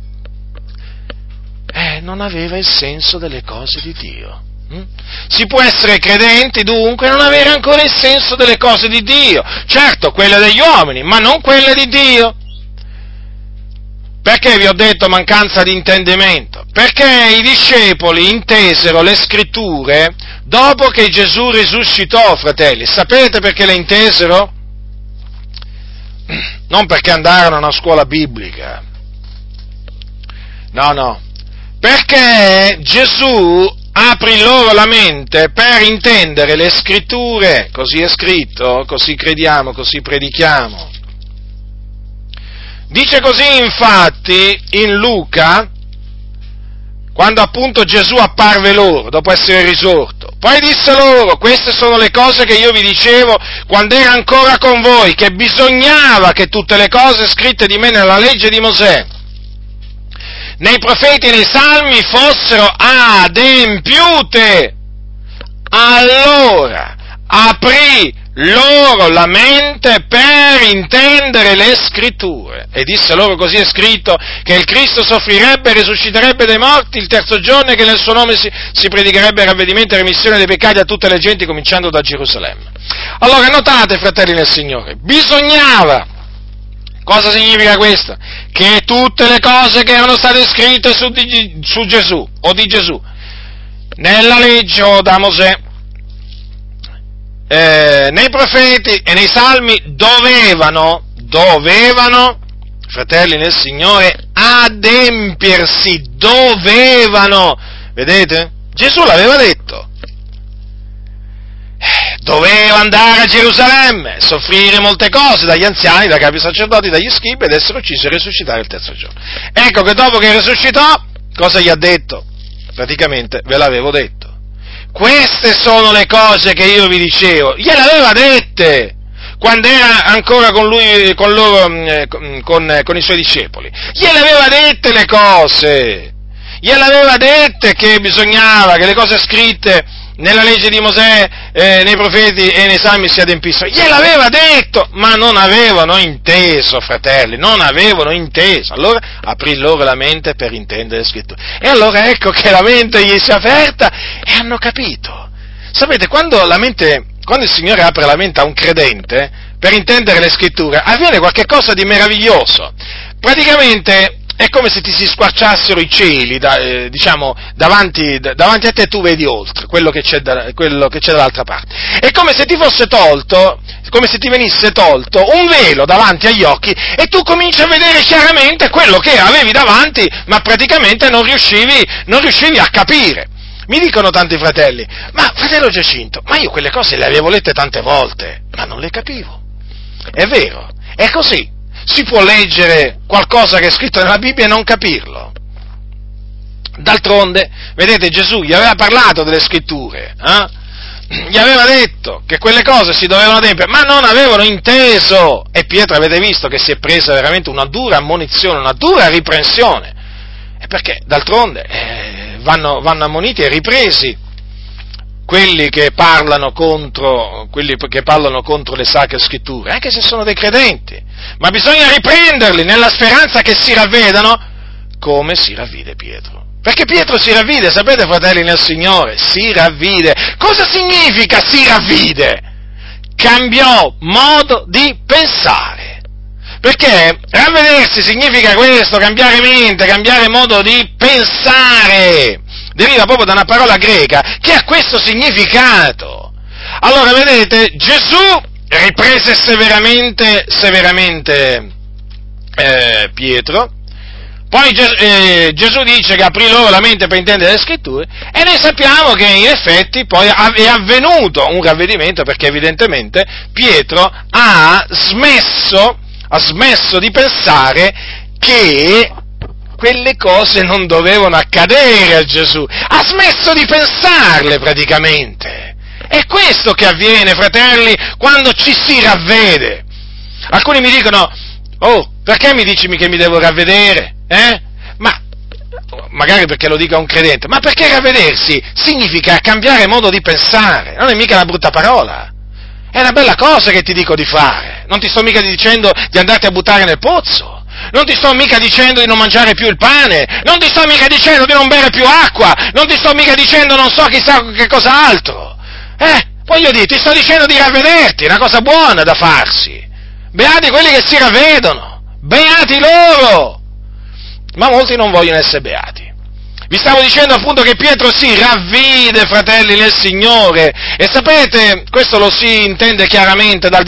Speaker 1: Non aveva il senso delle cose di Dio. Si può essere credenti dunque e non avere ancora il senso delle cose di Dio. Certo, quelle degli uomini, ma non quelle di Dio. Perché vi ho detto mancanza di intendimento? Perché i discepoli intesero le scritture dopo che Gesù risuscitò, fratelli. Sapete perché le intesero? Non perché andarono a una scuola biblica. No. Perché Gesù aprì loro la mente per intendere le scritture. Così è scritto, così crediamo, così predichiamo. Dice così infatti in Luca, quando appunto Gesù apparve loro, dopo essere risorto. Poi disse loro: queste sono le cose che io vi dicevo quando ero ancora con voi, che bisognava che tutte le cose scritte di me nella legge di Mosè, nei profeti e nei salmi fossero adempiute. Allora aprì loro la mente per intendere le scritture, e disse loro: così è scritto che il Cristo soffrirebbe e risusciterebbe dai morti il terzo giorno, e che nel suo nome si predicherebbe ravvedimento e remissione dei peccati a tutte le genti, cominciando da Gerusalemme. Allora notate, fratelli nel Signore, bisognava. Cosa significa questo? Che tutte le cose che erano state scritte su Gesù, o di Gesù, nella legge o da Mosè, nei profeti e nei salmi dovevano, fratelli nel Signore, adempiersi, dovevano, vedete? Gesù l'aveva detto, doveva andare a Gerusalemme, soffrire molte cose dagli anziani, dai capi sacerdoti, dagli scribi, ed essere ucciso e risuscitare il terzo giorno. Ecco che dopo che risuscitò, cosa gli ha detto? Praticamente ve l'avevo detto. Queste sono le cose che io vi dicevo, gliele aveva dette. quando era ancora con lui, con i suoi discepoli. Gliele aveva dette le cose, gliele aveva dette che bisognava che le cose scritte nella legge di Mosè, nei profeti e nei salmi si adempissero. Gliel'aveva detto, ma non avevano inteso, fratelli, non avevano inteso. Allora aprì loro la mente per intendere le scritture. E allora ecco che la mente gli si è aperta e hanno capito. Sapete, quando il Signore apre la mente a un credente per intendere le scritture, avviene qualche cosa di meraviglioso. Praticamente è come se ti si squarciassero i cieli, davanti a te, tu vedi oltre quello che c'è dall'altra parte. È come se ti fosse tolto, come se ti venisse tolto un velo davanti agli occhi e tu cominci a vedere chiaramente quello che avevi davanti, ma praticamente non riuscivi a capire. Mi dicono tanti fratelli, ma fratello Giacinto, ma io quelle cose le avevo lette tante volte, ma non le capivo. È vero, è così. Si può leggere qualcosa che è scritto nella Bibbia e non capirlo. D'altronde, vedete, Gesù gli aveva parlato delle scritture, gli aveva detto che quelle cose si dovevano adempiere, ma non avevano inteso. E Pietro, avete visto che si è presa veramente una dura ammonizione, una dura riprensione. E perché, d'altronde, vanno ammoniti e ripresi quelli che parlano contro le sacre scritture, anche se sono dei credenti, ma bisogna riprenderli nella speranza che si ravvedano, come si ravvide Pietro. Perché Pietro si ravvide, sapete, fratelli nel Signore, si ravvide. Cosa significa si ravvide? Cambiò modo di pensare. Perché ravvedersi significa questo, cambiare mente, cambiare modo di pensare. Deriva proprio da una parola greca che ha questo significato. Allora, vedete, Gesù riprese severamente Pietro, poi Gesù dice che aprì loro la mente per intendere le scritture, e noi sappiamo che in effetti poi è avvenuto un ravvedimento, perché evidentemente Pietro ha smesso di pensare che quelle cose non dovevano accadere a Gesù, ha smesso di pensarle praticamente. È questo che avviene, fratelli, quando ci si ravvede. Alcuni mi dicono, perché mi dici che mi devo ravvedere? Ma magari perché lo dica un credente, ma perché ravvedersi significa cambiare modo di pensare, non è mica una brutta parola. È una bella cosa che ti dico di fare, non ti sto mica dicendo di andarti a buttare nel pozzo. Non ti sto mica dicendo di non mangiare più il pane, non ti sto mica dicendo di non bere più acqua, non ti sto mica dicendo non so chissà che cosa altro. Voglio dire, ti sto dicendo di ravvederti, è una cosa buona da farsi. Beati quelli che si ravvedono, beati loro. Ma molti non vogliono essere beati. Vi stavo dicendo appunto che Pietro si ravvide, fratelli nel Signore, e sapete, questo lo si intende chiaramente da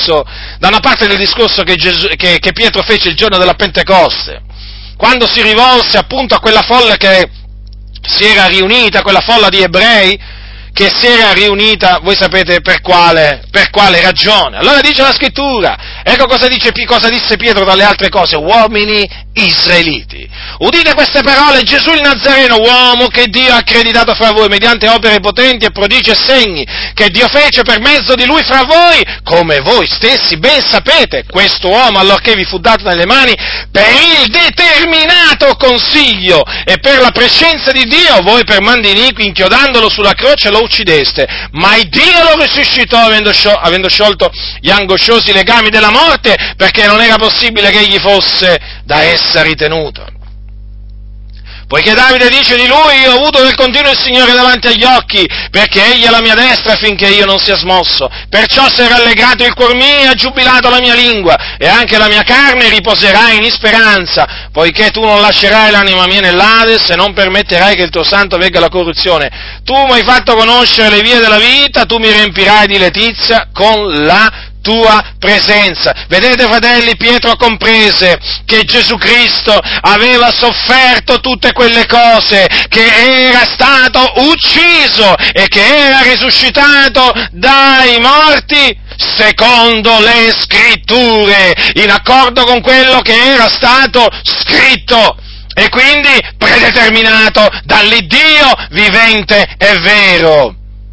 Speaker 1: una parte del discorso che Pietro fece il giorno della Pentecoste, quando si rivolse appunto a quella folla che si era riunita, quella folla di ebrei, che si era riunita, voi sapete per quale ragione. Allora dice la Scrittura, ecco cosa disse Pietro tra le altre cose: uomini israeliti, udite queste parole, Gesù il Nazareno, uomo che Dio ha accreditato fra voi mediante opere potenti e prodigi e segni, che Dio fece per mezzo di lui fra voi, come voi stessi ben sapete. Questo uomo, allorché vi fu dato nelle mani, per il determinato consiglio e per la prescenza di Dio, voi per mandi iniqui, inchiodandolo sulla croce, lo uccideste, ma il Dio lo risuscitò avendo sciolto gli angosciosi legami della morte, perché non era possibile che egli fosse da essa ritenuto. Poiché Davide dice di lui: io ho avuto del continuo il Signore davanti agli occhi, perché egli è la mia destra finché io non sia smosso. Perciò si è rallegrato il cuor mio e ha giubilato la mia lingua, e anche la mia carne riposerà in speranza, poiché tu non lascerai l'anima mia nell'Ades e non permetterai che il tuo santo vegga alla corruzione. Tu mi hai fatto conoscere le vie della vita, tu mi riempirai di letizia con la tua presenza. Vedete, fratelli, Pietro comprese che Gesù Cristo aveva sofferto tutte quelle cose, che era stato ucciso e che era risuscitato dai morti secondo le Scritture, in accordo con quello che era stato scritto, e quindi predeterminato dall'Iddio vivente e vero.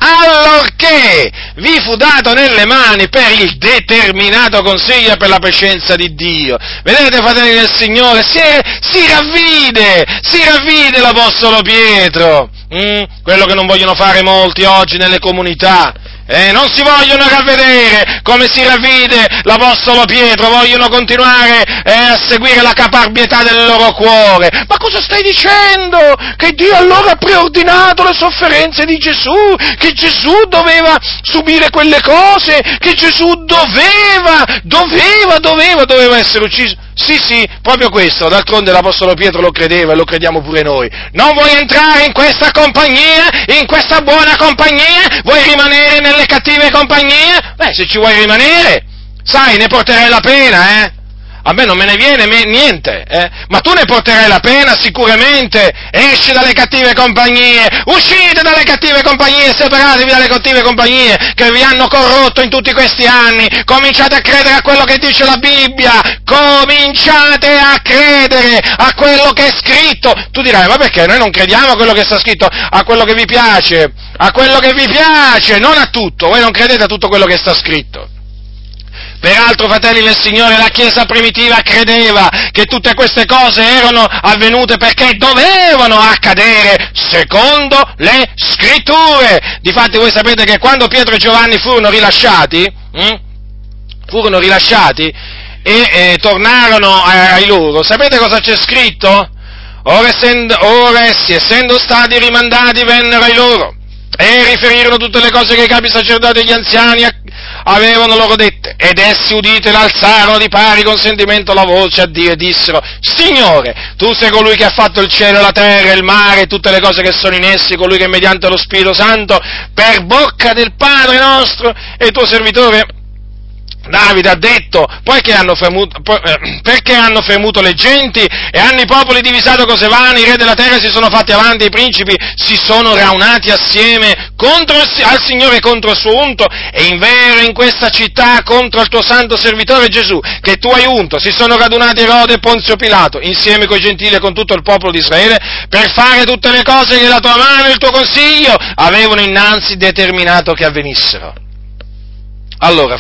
Speaker 1: allorché vi fu dato nelle mani per il determinato consiglio e per la prescenza di Dio. Vedete, fratelli del Signore, si ravvide l'Apostolo Pietro, quello che non vogliono fare molti oggi nelle comunità. Non si vogliono ravvedere come si ravvide l'Apostolo Pietro, vogliono continuare a seguire la caparbietà del loro cuore. Ma cosa stai dicendo? Che Dio allora ha preordinato le sofferenze di Gesù, che Gesù doveva subire quelle cose, che Gesù doveva essere ucciso. Sì, proprio questo, d'altronde l'Apostolo Pietro lo credeva e lo crediamo pure noi. Non vuoi entrare in questa compagnia, in questa buona compagnia? Vuoi rimanere nelle cattive compagnie? Se ci vuoi rimanere, sai, ne porterai la pena, A me non me ne viene niente, ma tu ne porterai la pena sicuramente. Esci dalle cattive compagnie, uscite dalle cattive compagnie, separatevi dalle cattive compagnie che vi hanno corrotto in tutti questi anni. Cominciate a credere a quello che dice la Bibbia, cominciate a credere a quello che è scritto. Tu dirai, ma perché noi non crediamo a quello che sta scritto, a quello che vi piace, non a tutto, voi non credete a tutto quello che sta scritto. Peraltro, fratelli del Signore, la Chiesa primitiva credeva che tutte queste cose erano avvenute perché dovevano accadere secondo le Scritture. Difatti voi sapete che quando Pietro e Giovanni furono rilasciati e tornarono ai loro, sapete cosa c'è scritto? Ora essi, essendo stati rimandati, vennero ai loro e riferirono tutte le cose che i capi sacerdoti e gli anziani avevano loro dette, ed essi udite l'alzarono di pari consentimento la voce a Dio e dissero: Signore, tu sei colui che ha fatto il cielo, la terra, il mare e tutte le cose che sono in essi, colui che mediante lo Spirito Santo per bocca del Padre nostro e tuo servitore Davide ha detto, perché hanno fremuto le genti e hanno i popoli divisato cose vane, i re della terra si sono fatti avanti, i principi si sono raunati assieme al Signore contro il suo unto, e invero in questa città contro il tuo santo servitore Gesù, che tu hai unto, si sono radunati Erode e Ponzio Pilato, insieme coi gentili e con tutto il popolo di Israele, per fare tutte le cose che la tua mano e il tuo consiglio avevano innanzi determinato che avvenissero. Allora,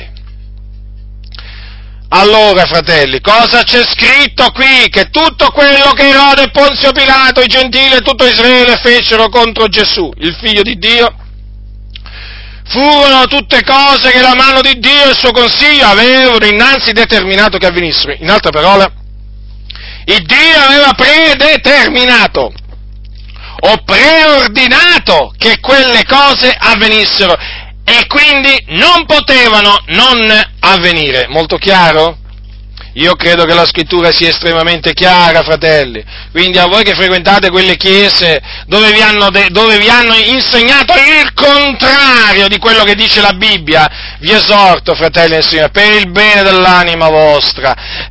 Speaker 1: fratelli, cosa c'è scritto qui? Che tutto quello che Erode e Ponzio Pilato, i gentili e tutto Israele fecero contro Gesù, il figlio di Dio, furono tutte cose che la mano di Dio e il suo consiglio avevano innanzi determinato che avvenissero. In altre parole, il Dio aveva predeterminato o preordinato che quelle cose avvenissero, e quindi non potevano non avvenire. Molto chiaro? Io credo che la scrittura sia estremamente chiara, fratelli. Quindi a voi che frequentate quelle chiese dove vi hanno insegnato il contrario di quello che dice la Bibbia, vi esorto, fratelli del Signore, per il bene dell'anima vostra,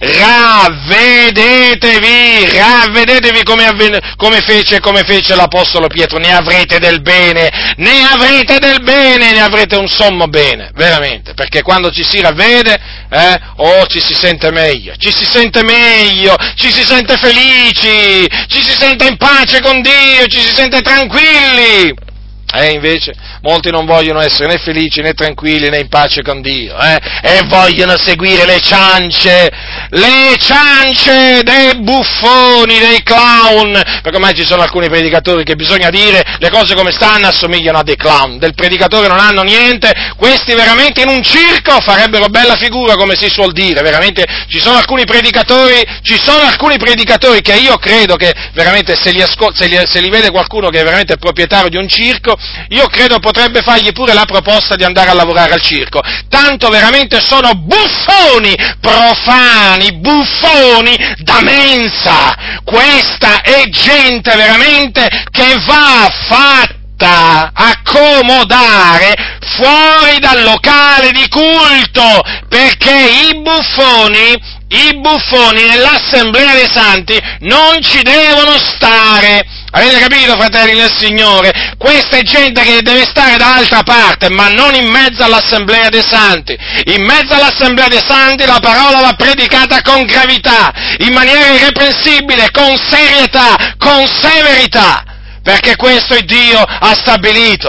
Speaker 1: ravvedetevi come fece l'Apostolo Pietro, ne avrete del bene, ne avrete un sommo bene, veramente, perché quando ci si ravvede, ci si sente meglio, ci si sente felici, ci si sente in pace con Dio, ci si sente tranquilli. Invece molti non vogliono essere né felici né tranquilli né in pace con Dio, e vogliono seguire le ciance dei buffoni, dei clown, perché ormai ci sono alcuni predicatori che, bisogna dire le cose come stanno, assomigliano a dei clown, del predicatore non hanno niente, questi veramente in un circo farebbero bella figura, come si suol dire, veramente ci sono alcuni predicatori che io credo che veramente se li vede qualcuno che è veramente proprietario di un circo, io credo potrebbe fargli pure la proposta di andare a lavorare al circo, tanto veramente sono buffoni profani, buffoni da mensa. Questa è gente veramente che va fatta accomodare fuori dal locale di culto, perché i buffoni nell'assemblea dei santi non ci devono stare. Avete capito, fratelli del Signore? Questa è gente che deve stare dall'altra parte, ma non in mezzo all'assemblea dei santi. In mezzo all'assemblea dei santi la parola va predicata con gravità, in maniera irreprensibile, con serietà, con severità, perché questo il Dio ha stabilito.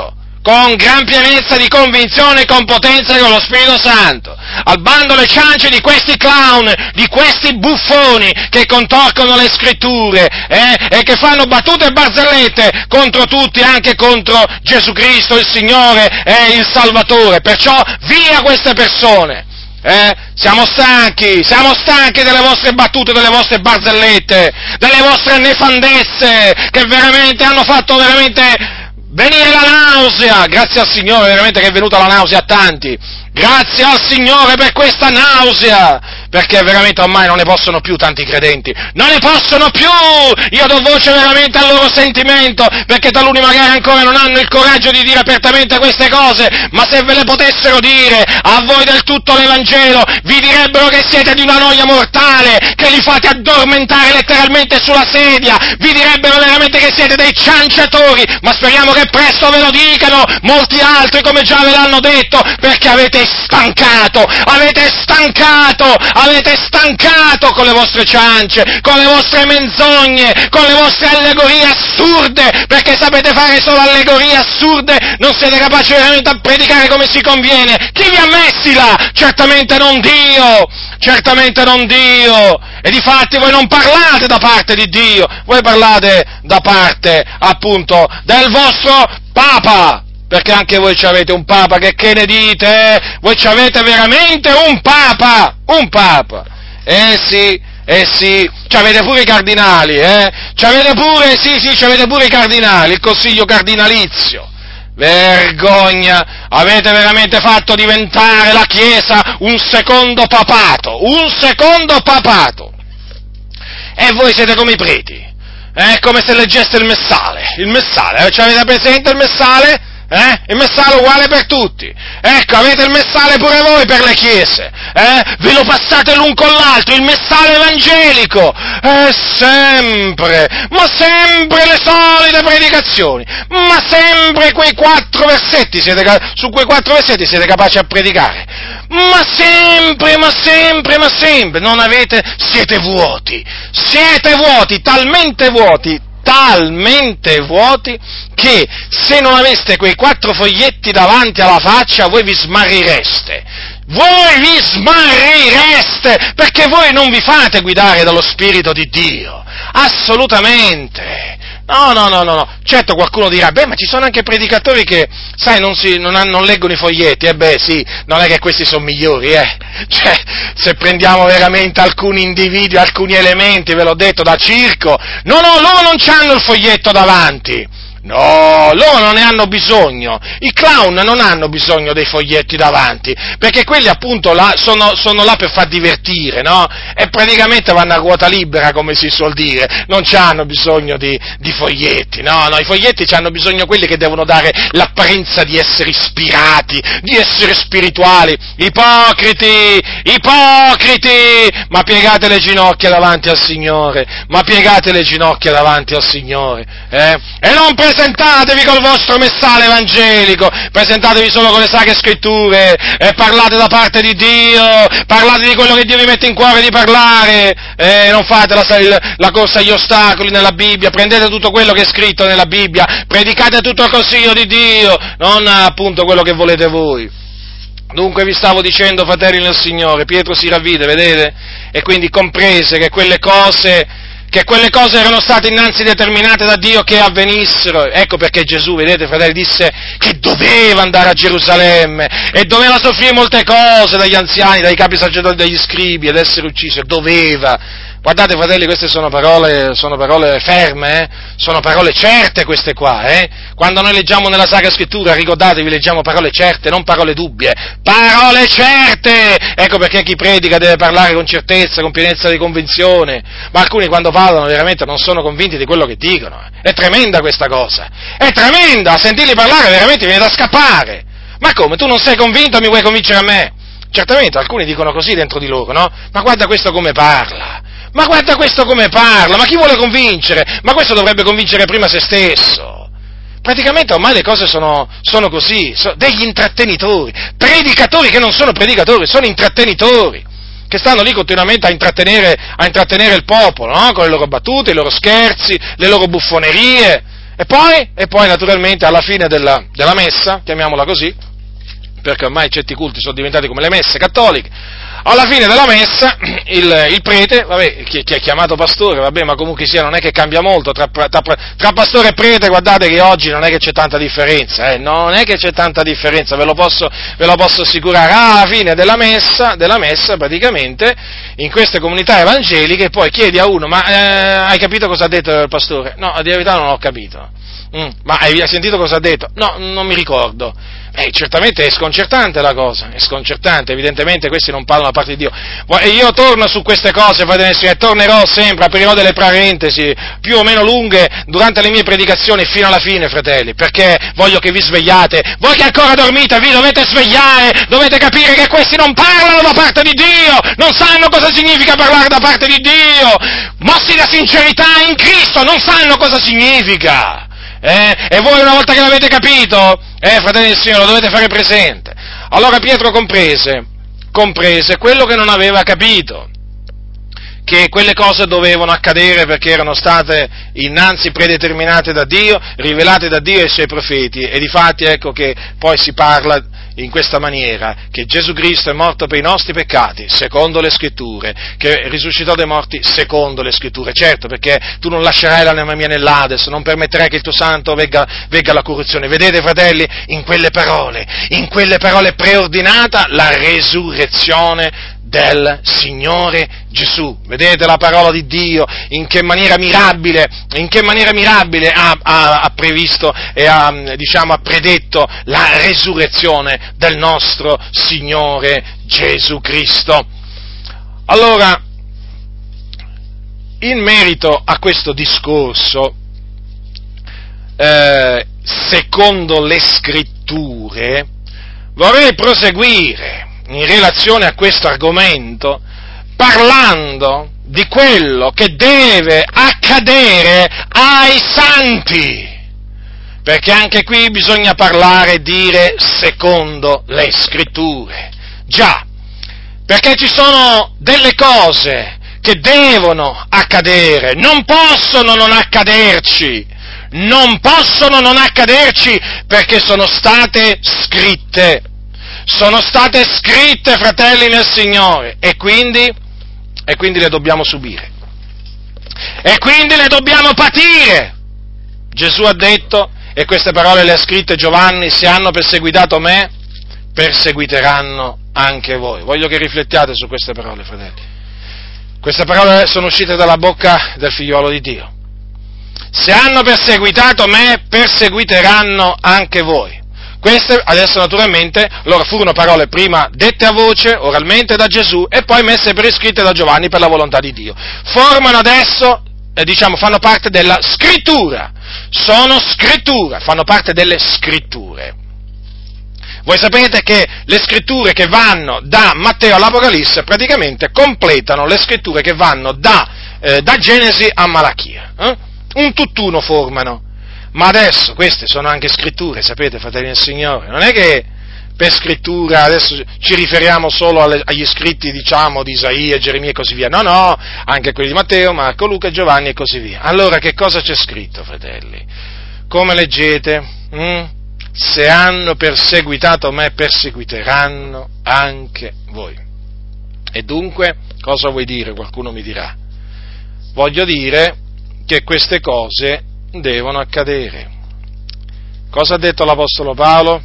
Speaker 1: con gran pienezza di convinzione e con potenza con lo Spirito Santo, al bando le ciance di questi clown, di questi buffoni che contorcono le scritture, e che fanno battute e barzellette contro tutti, anche contro Gesù Cristo, il Signore e il Salvatore. Perciò via queste persone. Siamo stanchi delle vostre battute, delle vostre barzellette, delle vostre nefandezze, che veramente hanno fatto veramente venire la nausea. Grazie al Signore veramente che è venuta la nausea a tanti. Grazie al Signore per questa nausea, perché veramente ormai non ne possono più tanti credenti, non ne possono più! Io do voce veramente al loro sentimento, perché taluni magari ancora non hanno il coraggio di dire apertamente queste cose, ma se ve le potessero dire a voi del tutto l'Evangelo, vi direbbero che siete di una noia mortale, che li fate addormentare letteralmente sulla sedia, vi direbbero veramente che siete dei cianciatori, ma speriamo che presto ve lo dicano molti altri, come già ve l'hanno detto, perché avete stancato con le vostre ciance, con le vostre menzogne, con le vostre allegorie assurde, perché sapete fare solo allegorie assurde, non siete capaci veramente a predicare come si conviene. Chi vi ha messi là? Certamente non Dio! E difatti voi non parlate da parte di Dio, voi parlate da parte, appunto, del vostro Papa. Perché anche voi avete un Papa, che ne dite? Voi avete veramente un Papa! Sì, c'avete pure i cardinali, c'avete pure i cardinali, il consiglio cardinalizio. Vergogna! Avete veramente fatto diventare la Chiesa un secondo papato! E voi siete come i preti, è come se leggeste il messale, ci avete presente il messale? Il messale uguale per tutti. Ecco, avete il messale pure voi per le chiese, ve lo passate l'un con l'altro, il messale evangelico, sempre le solite predicazioni, ma sempre quei 4 versetti su quei 4 versetti siete capaci a predicare, ma sempre, siete vuoti, talmente vuoti che se non aveste quei 4 foglietti davanti alla faccia voi vi smarrireste, perché voi non vi fate guidare dallo Spirito di Dio, assolutamente. No. Certo qualcuno dirà, ma ci sono anche predicatori che, sai, non leggono i foglietti, sì, non è che questi sono migliori, Cioè, se prendiamo veramente alcuni individui, alcuni elementi, ve l'ho detto, da circo, no, loro non c'hanno il foglietto davanti. No, loro non ne hanno bisogno, i clown non hanno bisogno dei foglietti davanti, perché quelli appunto sono là per far divertire, no? E praticamente vanno a ruota libera, come si suol dire, non c'hanno bisogno di foglietti, no, i foglietti c'hanno bisogno quelli che devono dare l'apparenza di essere ispirati, di essere spirituali, ipocriti, ma piegate le ginocchia davanti al Signore, e non presentatevi col vostro messale evangelico, presentatevi solo con le sacre scritture, e parlate da parte di Dio, parlate di quello che Dio vi mette in cuore di parlare, non fate la corsa agli ostacoli nella Bibbia, prendete tutto quello che è scritto nella Bibbia, predicate tutto il consiglio di Dio, non appunto quello che volete voi. Dunque vi stavo dicendo, fratelli nel Signore, Pietro si ravvide, vedete? E quindi comprese che quelle cose erano state innanzi determinate da Dio che avvenissero. Ecco perché Gesù, vedete, fratelli, disse che doveva andare a Gerusalemme e doveva soffrire molte cose dagli anziani, dai capi sacerdoti, dagli scribi, ed essere ucciso, doveva. Guardate, fratelli, queste sono parole ferme, sono parole certe queste qua, Quando noi leggiamo nella Sacra Scrittura, ricordatevi, leggiamo parole certe, non parole dubbie, parole certe! Ecco perché chi predica deve parlare con certezza, con pienezza di convinzione, ma alcuni quando parlano veramente non sono convinti di quello che dicono. È tremenda questa cosa, è tremenda, a sentirli parlare veramente viene da scappare. Ma come, tu non sei convinto, mi vuoi convincere a me? Certamente, alcuni dicono così dentro di loro, no? Ma guarda questo come parla! Ma chi vuole convincere? Ma questo dovrebbe convincere prima se stesso. Praticamente ormai le cose sono così, sono degli intrattenitori, predicatori che non sono predicatori, sono intrattenitori, che stanno lì continuamente a intrattenere il popolo, no? Con le loro battute, i loro scherzi, le loro buffonerie, E poi naturalmente alla fine della messa, chiamiamola così, perché ormai certi culti sono diventati come le messe cattoliche, alla fine della messa il prete, vabbè, chi è chiamato pastore, vabbè, ma comunque sia, non è che cambia molto tra pastore e prete, guardate che oggi non è che c'è tanta differenza, non è che c'è tanta differenza, ve lo posso assicurare. Alla fine della messa praticamente, in queste comunità evangeliche, poi chiedi a uno, ma hai capito cosa ha detto il pastore? No, a dire la verità non ho capito. Ma hai sentito cosa ha detto? No, non mi ricordo. Certamente è sconcertante la cosa, è sconcertante, evidentemente questi non parlano da parte di Dio. E io torno su queste cose, fratelli e tornerò sempre, aprirò delle parentesi più o meno lunghe durante le mie predicazioni fino alla fine, fratelli, perché voglio che vi svegliate. Voi che ancora dormite vi dovete svegliare, dovete capire che questi non parlano da parte di Dio, non sanno cosa significa parlare da parte di Dio, mossi da sincerità in Cristo, non sanno cosa significa. E voi una volta che l'avete capito, fratelli del Signore, lo dovete fare presente. Allora Pietro comprese quello che non aveva capito, che quelle cose dovevano accadere perché erano state innanzi predeterminate da Dio, rivelate da Dio ai suoi profeti, e difatti ecco che poi si parla in questa maniera, che Gesù Cristo è morto per i nostri peccati, secondo le Scritture, che risuscitò dai morti, secondo le Scritture, certo, perché tu non lascerai l'anima mia nell'Ades, non permetterai che il tuo santo vegga alla corruzione. Vedete, fratelli, in quelle parole è preordinata la resurrezione del Signore Gesù. Vedete la parola di Dio, in che maniera mirabile ha previsto e ha predetto la resurrezione del nostro Signore Gesù Cristo. Allora, in merito a questo discorso, secondo le Scritture, vorrei proseguire in relazione a questo argomento, parlando di quello che deve accadere ai santi, perché anche qui bisogna parlare e dire secondo le Scritture. Già, perché ci sono delle cose che devono accadere, non possono non accaderci, perché sono state scritte, fratelli nel Signore, e quindi le dobbiamo subire, e quindi le dobbiamo patire. Gesù ha detto, e queste parole le ha scritte Giovanni: se hanno perseguitato me, perseguiteranno anche voi. Voglio che riflettiate su queste parole, fratelli. Queste parole sono uscite dalla bocca del figliolo di Dio. Se hanno perseguitato me, perseguiteranno anche voi. Queste adesso naturalmente loro furono parole prima dette a voce, oralmente da Gesù, e poi messe per iscritte da Giovanni per la volontà di Dio. Formano adesso, fanno parte della scrittura, sono scrittura, fanno parte delle scritture. Voi sapete che le scritture che vanno da Matteo all'Apocalisse praticamente completano le scritture che vanno da Genesi a Malachia, un tutt'uno formano. Ma adesso queste sono anche scritture, sapete, fratelli del Signore, non è che per scrittura adesso ci riferiamo solo agli scritti, di Isaia, Geremia e così via, no, anche quelli di Matteo, Marco, Luca, Giovanni e così via. Allora che cosa c'è scritto, fratelli? Come leggete? Se hanno perseguitato me, perseguiteranno anche voi. E dunque, cosa vuoi dire? Qualcuno mi dirà. Voglio dire che queste cose devono accadere. Cosa ha detto l'Apostolo Paolo?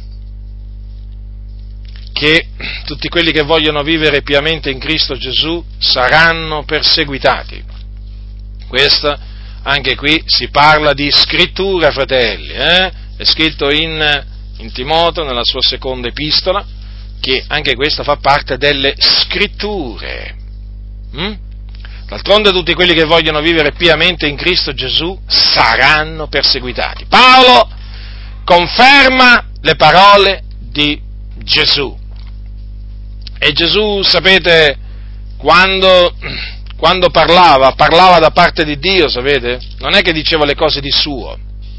Speaker 1: Che tutti quelli che vogliono vivere piamente in Cristo Gesù saranno perseguitati. Questo, anche qui, si parla di scrittura, fratelli, È scritto in Timoteo, nella sua seconda epistola, che anche questa fa parte delle scritture. D'altronde tutti quelli che vogliono vivere piamente in Cristo Gesù saranno perseguitati. Paolo conferma le parole di Gesù. E Gesù, sapete, quando parlava da parte di Dio, sapete? Non è che diceva le cose di suo.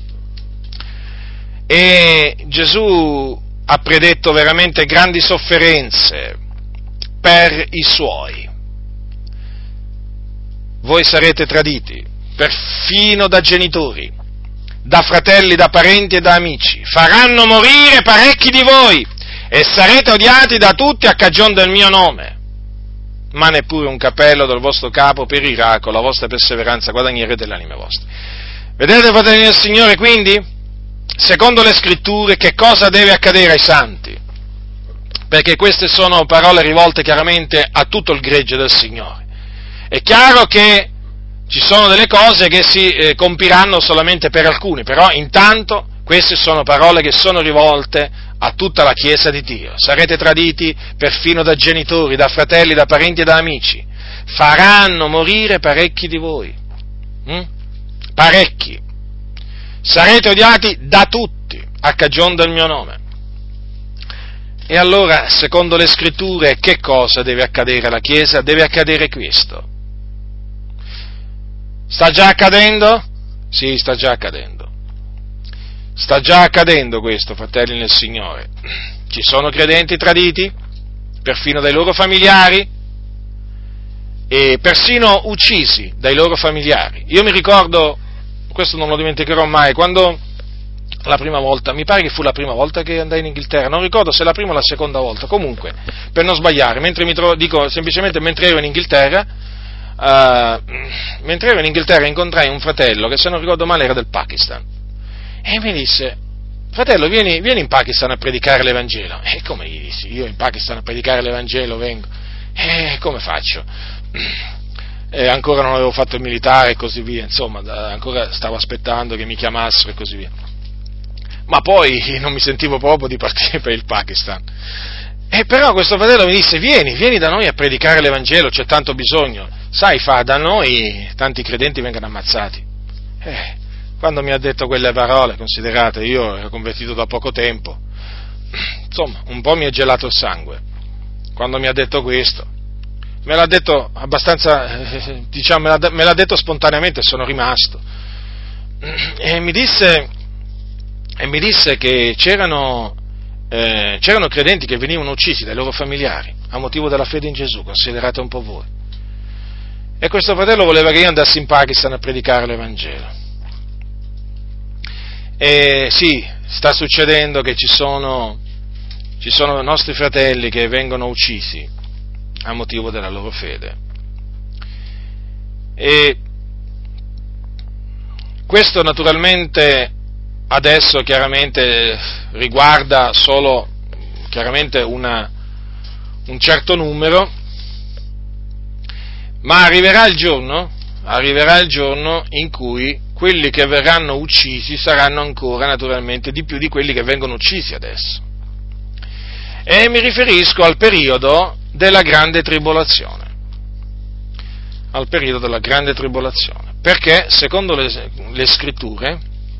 Speaker 1: E Gesù ha predetto veramente grandi sofferenze per i suoi. Voi sarete traditi, perfino da genitori, da fratelli, da parenti e da amici. Faranno morire parecchi di voi e sarete odiati da tutti a cagion del mio nome. Ma neppure un capello del vostro capo perirà, con la vostra perseveranza guadagnerete le anime vostre. Vedete, fratelli del Signore, quindi, secondo le Scritture, che cosa deve accadere ai santi? Perché queste sono parole rivolte chiaramente a tutto il gregge del Signore. È chiaro che ci sono delle cose che si compiranno solamente per alcuni, però intanto queste sono parole che sono rivolte a tutta la Chiesa di Dio. Sarete traditi perfino da genitori, da fratelli, da parenti e da amici. Faranno morire parecchi di voi. Parecchi. Sarete odiati da tutti a cagion del mio nome. E allora, secondo le Scritture, che cosa deve accadere alla Chiesa? Deve accadere questo. Sta già accadendo? Sì, sta già accadendo. Sta già accadendo questo, fratelli nel Signore. Ci sono credenti traditi, perfino dai loro familiari, e persino uccisi dai loro familiari. Io mi ricordo, questo non lo dimenticherò mai, quando la prima volta, mi pare che fu la prima volta che andai in Inghilterra, non ricordo se la prima o la seconda volta, comunque, per non sbagliare, semplicemente mentre ero in Inghilterra, incontrai un fratello che, se non ricordo male, era del Pakistan, e mi disse: fratello, vieni in Pakistan a predicare l'Evangelo. E come gli dissi? Io in Pakistan a predicare l'Evangelo vengo? Come faccio? Ancora non avevo fatto il militare e così via, insomma, ancora stavo aspettando che mi chiamassero e così via. Ma poi non mi sentivo proprio di partire per il Pakistan. E però questo fratello mi disse: vieni da noi a predicare l'Evangelo, c'è tanto bisogno. Sai, da noi tanti credenti vengono ammazzati. Quando mi ha detto quelle parole, considerate, io ero convertito da poco tempo, insomma, un po' mi è gelato il sangue. Quando mi ha detto questo, me l'ha detto abbastanza, me l'ha detto spontaneamente, e sono rimasto. E mi disse che c'erano credenti che venivano uccisi dai loro familiari a motivo della fede in Gesù, considerate un po' voi. E questo fratello voleva che io andassi in Pakistan a predicare l'Evangelo. E sì, sta succedendo che ci sono nostri fratelli che vengono uccisi a motivo della loro fede. E questo naturalmente adesso chiaramente riguarda solo chiaramente un certo numero, ma arriverà il giorno in cui quelli che verranno uccisi saranno ancora naturalmente di più di quelli che vengono uccisi adesso. E mi riferisco al periodo della grande tribolazione. Perché secondo le scritture,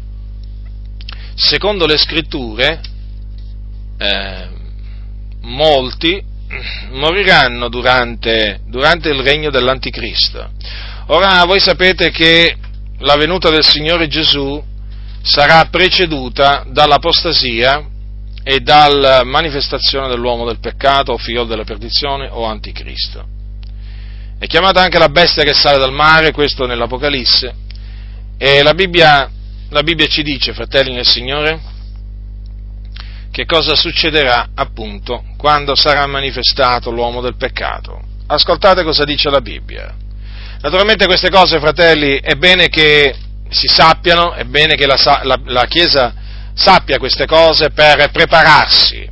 Speaker 1: molti moriranno durante il regno dell'Anticristo. Ora, voi sapete che la venuta del Signore Gesù sarà preceduta dall'apostasia e dalla manifestazione dell'uomo del peccato, o figlio della perdizione, o anticristo. È chiamata anche la bestia che sale dal mare, questo nell'Apocalisse, e la Bibbia ci dice, fratelli nel Signore, che cosa succederà appunto quando sarà manifestato l'uomo del peccato. Ascoltate cosa dice la Bibbia. Naturalmente queste cose, fratelli, è bene che si sappiano, è bene che la Chiesa sappia queste cose per prepararsi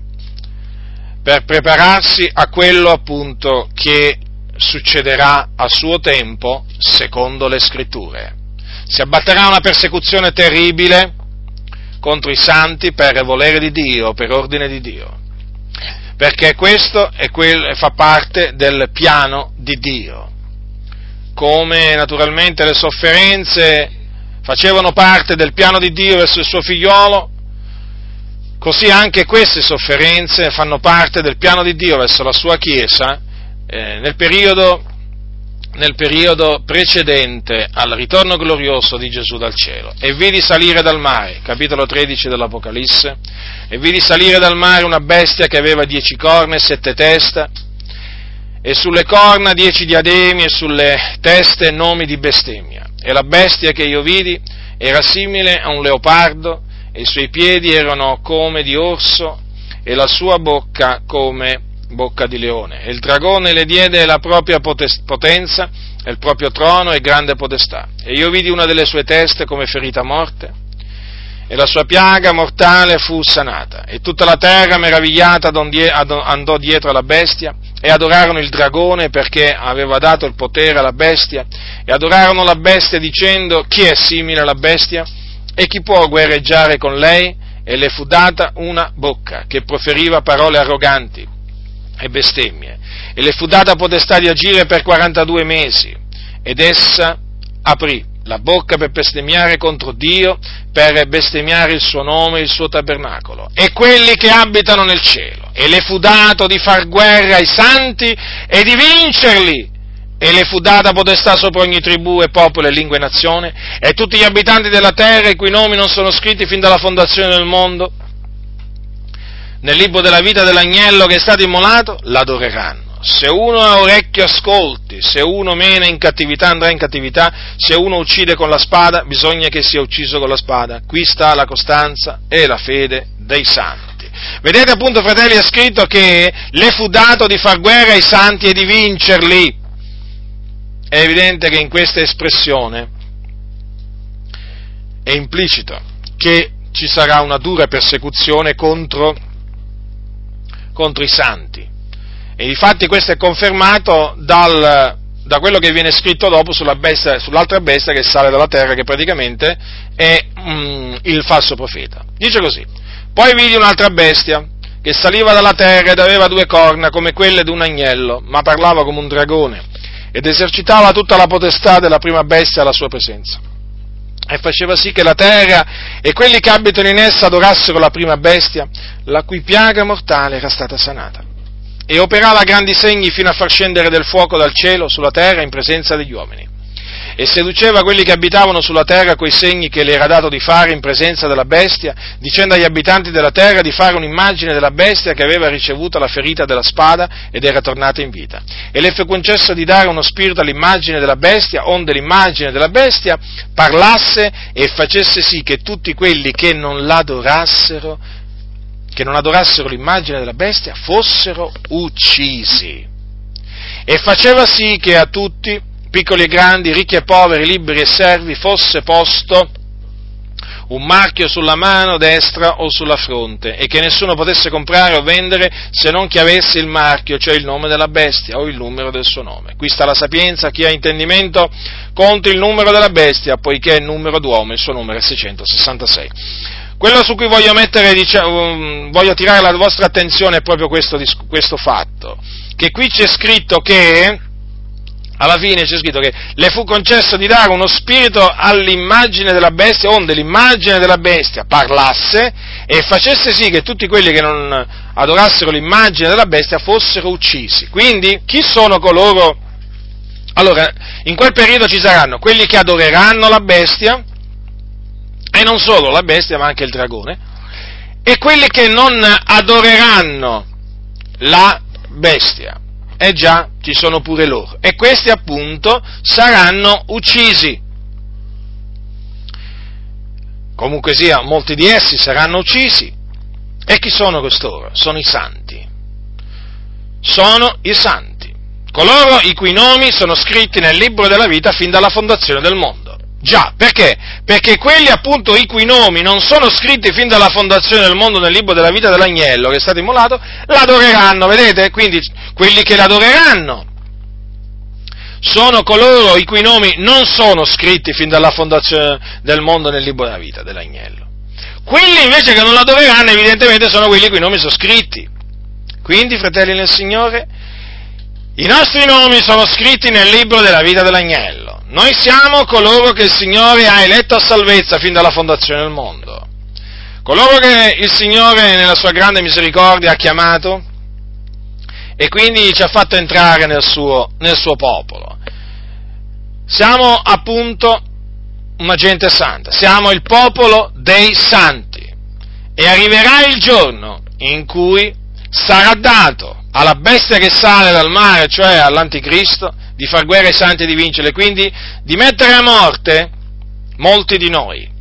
Speaker 1: a quello appunto che succederà a suo tempo secondo le Scritture. Si abbatterà una persecuzione terribile contro i santi per volere di Dio, per ordine di Dio, perché questo fa parte del piano di Dio. Come naturalmente le sofferenze facevano parte del piano di Dio verso il suo figliolo, così anche queste sofferenze fanno parte del piano di Dio verso la sua Chiesa nel periodo precedente al ritorno glorioso di Gesù dal cielo. E vidi salire dal mare, capitolo 13 dell'Apocalisse, e vidi salire dal mare una bestia che aveva 10 corna e 7 teste, e sulle corna 10 diademi, e sulle teste nomi di bestemmia. E la bestia che io vidi era simile a un leopardo, e i suoi piedi erano come di orso, e la sua bocca come bocca di leone. E il dragone le diede la propria potenza, e il proprio trono e grande potestà. E io vidi una delle sue teste come ferita a morte, e la sua piaga mortale fu sanata. E tutta la terra, meravigliata, andò dietro alla bestia, e adorarono il dragone perché aveva dato il potere alla bestia, e adorarono la bestia dicendo: chi è simile alla bestia? E chi può guerreggiare con lei? E le fu data una bocca che proferiva parole arroganti e bestemmie, e le fu data potestà di agire per 42 mesi, ed essa aprì la bocca per bestemmiare contro Dio, per bestemmiare il suo nome e il suo tabernacolo, e quelli che abitano nel cielo, e le fu dato di far guerra ai santi e di vincerli, e le fu data potestà sopra ogni tribù e popolo e lingua e nazione, e tutti gli abitanti della terra, i cui nomi non sono scritti fin dalla fondazione del mondo nel libro della vita dell'agnello che è stato immolato, l'adoreranno. Se uno ha orecchio ascolti, se uno mena in cattività andrà in cattività, se uno uccide con la spada bisogna che sia ucciso con la spada. Qui sta la costanza e la fede dei santi. Vedete appunto, fratelli, è scritto che le fu dato di far guerra ai santi e di vincerli. È evidente che in questa espressione è implicito che ci sarà una dura persecuzione contro i santi. E infatti questo è confermato da quello che viene scritto dopo sull'altra bestia che sale dalla terra, che praticamente è il falso profeta. Dice così: poi vidi un'altra bestia che saliva dalla terra ed aveva 2 corna come quelle di un agnello, ma parlava come un dragone, ed esercitava tutta la potestà della prima bestia alla sua presenza. E faceva sì che la terra e quelli che abitano in essa adorassero la prima bestia, la cui piaga mortale era stata sanata. E operava grandi segni fino a far scendere del fuoco dal cielo sulla terra in presenza degli uomini. E seduceva quelli che abitavano sulla terra coi segni che le era dato di fare in presenza della bestia, dicendo agli abitanti della terra di fare un'immagine della bestia che aveva ricevuto la ferita della spada ed era tornata in vita. E le fu concesso di dare uno spirito all'immagine della bestia, onde l'immagine della bestia parlasse e facesse sì che tutti quelli che non adorassero l'immagine della bestia fossero uccisi. E faceva sì che a tutti, piccoli e grandi, ricchi e poveri, liberi e servi, fosse posto un marchio sulla mano destra o sulla fronte, e che nessuno potesse comprare o vendere se non chi avesse il marchio, cioè il nome della bestia o il numero del suo nome. Qui sta la sapienza: chi ha intendimento conti il numero della bestia, poiché il numero d'uomo, il suo numero è 666. Quello su cui voglio tirare la vostra attenzione è proprio questo fatto, che qui c'è scritto che, alla fine c'è scritto che le fu concesso di dare uno spirito all'immagine della bestia, onde l'immagine della bestia parlasse e facesse sì che tutti quelli che non adorassero l'immagine della bestia fossero uccisi. Quindi, chi sono coloro? Allora, in quel periodo ci saranno quelli che adoreranno la bestia, e non solo la bestia ma anche il dragone, e quelli che non adoreranno la bestia. E già, ci sono pure loro. E questi appunto saranno uccisi. Comunque sia, molti di essi saranno uccisi. E chi sono costoro? Sono i santi. Sono i santi. Coloro i cui nomi sono scritti nel libro della vita fin dalla fondazione del mondo. Già, perché? Perché quelli appunto i cui nomi non sono scritti fin dalla fondazione del mondo nel libro della vita dell'agnello che è stato immolato, l'adoreranno, vedete? Quindi quelli che l'adoreranno sono coloro i cui nomi non sono scritti fin dalla fondazione del mondo nel libro della vita dell'agnello. Quelli invece che non l'adoreranno evidentemente sono quelli i cui nomi sono scritti. Quindi, fratelli nel Signore, i nostri nomi sono scritti nel libro della vita dell'agnello. Noi siamo coloro che il Signore ha eletto a salvezza fin dalla fondazione del mondo. Coloro che il Signore nella sua grande misericordia ha chiamato e quindi ci ha fatto entrare nel suo popolo. Siamo appunto una gente santa, siamo il popolo dei santi, e arriverà il giorno in cui sarà dato alla bestia che sale dal mare, cioè all'anticristo, di far guerra ai santi e di vincerle, quindi di mettere a morte molti di noi.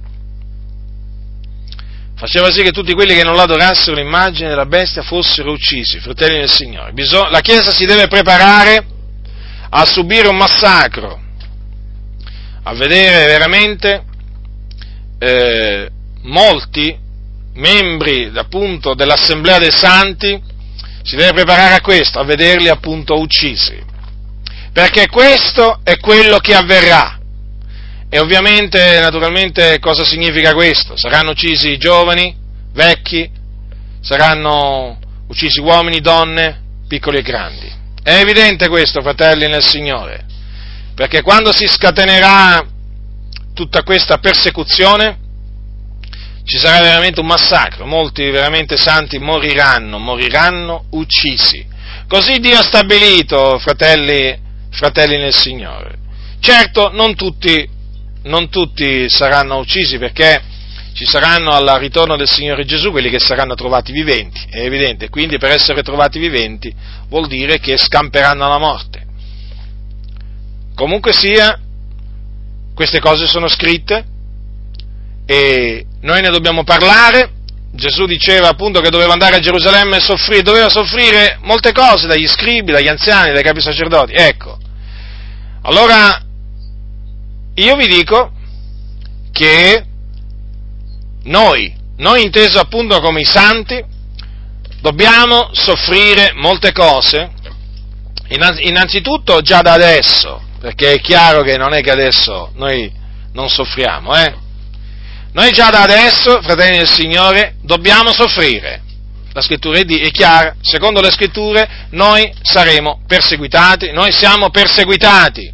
Speaker 1: faceva sì che tutti quelli che non l'adorassero l'immagine della bestia fossero uccisi, fratelli del Signore. La Chiesa si deve preparare a subire un massacro, a vedere veramente molti membri appunto dell'Assemblea dei Santi, si deve preparare a questo, a vederli appunto uccisi, perché questo è quello che avverrà. E ovviamente, naturalmente, cosa significa questo? Saranno uccisi giovani, vecchi, saranno uccisi uomini, donne, piccoli e grandi. È evidente questo, fratelli nel Signore, perché quando si scatenerà tutta questa persecuzione, ci sarà veramente un massacro, molti veramente santi moriranno uccisi. Così Dio ha stabilito, fratelli nel Signore. Certo, non tutti saranno uccisi, perché ci saranno al ritorno del Signore Gesù quelli che saranno trovati viventi, è evidente, quindi per essere trovati viventi vuol dire che scamperanno alla morte. Comunque sia, queste cose sono scritte e noi ne dobbiamo parlare. Gesù diceva appunto che doveva andare a Gerusalemme e doveva soffrire molte cose dagli scribi, dagli anziani, dai capi sacerdoti. Ecco, allora io vi dico che noi inteso appunto come i santi, dobbiamo soffrire molte cose, innanzitutto già da adesso, perché è chiaro che non è che adesso noi non soffriamo, Noi già da adesso, fratelli del Signore, dobbiamo soffrire. La scrittura è chiara, secondo le scritture noi saremo perseguitati, noi siamo perseguitati.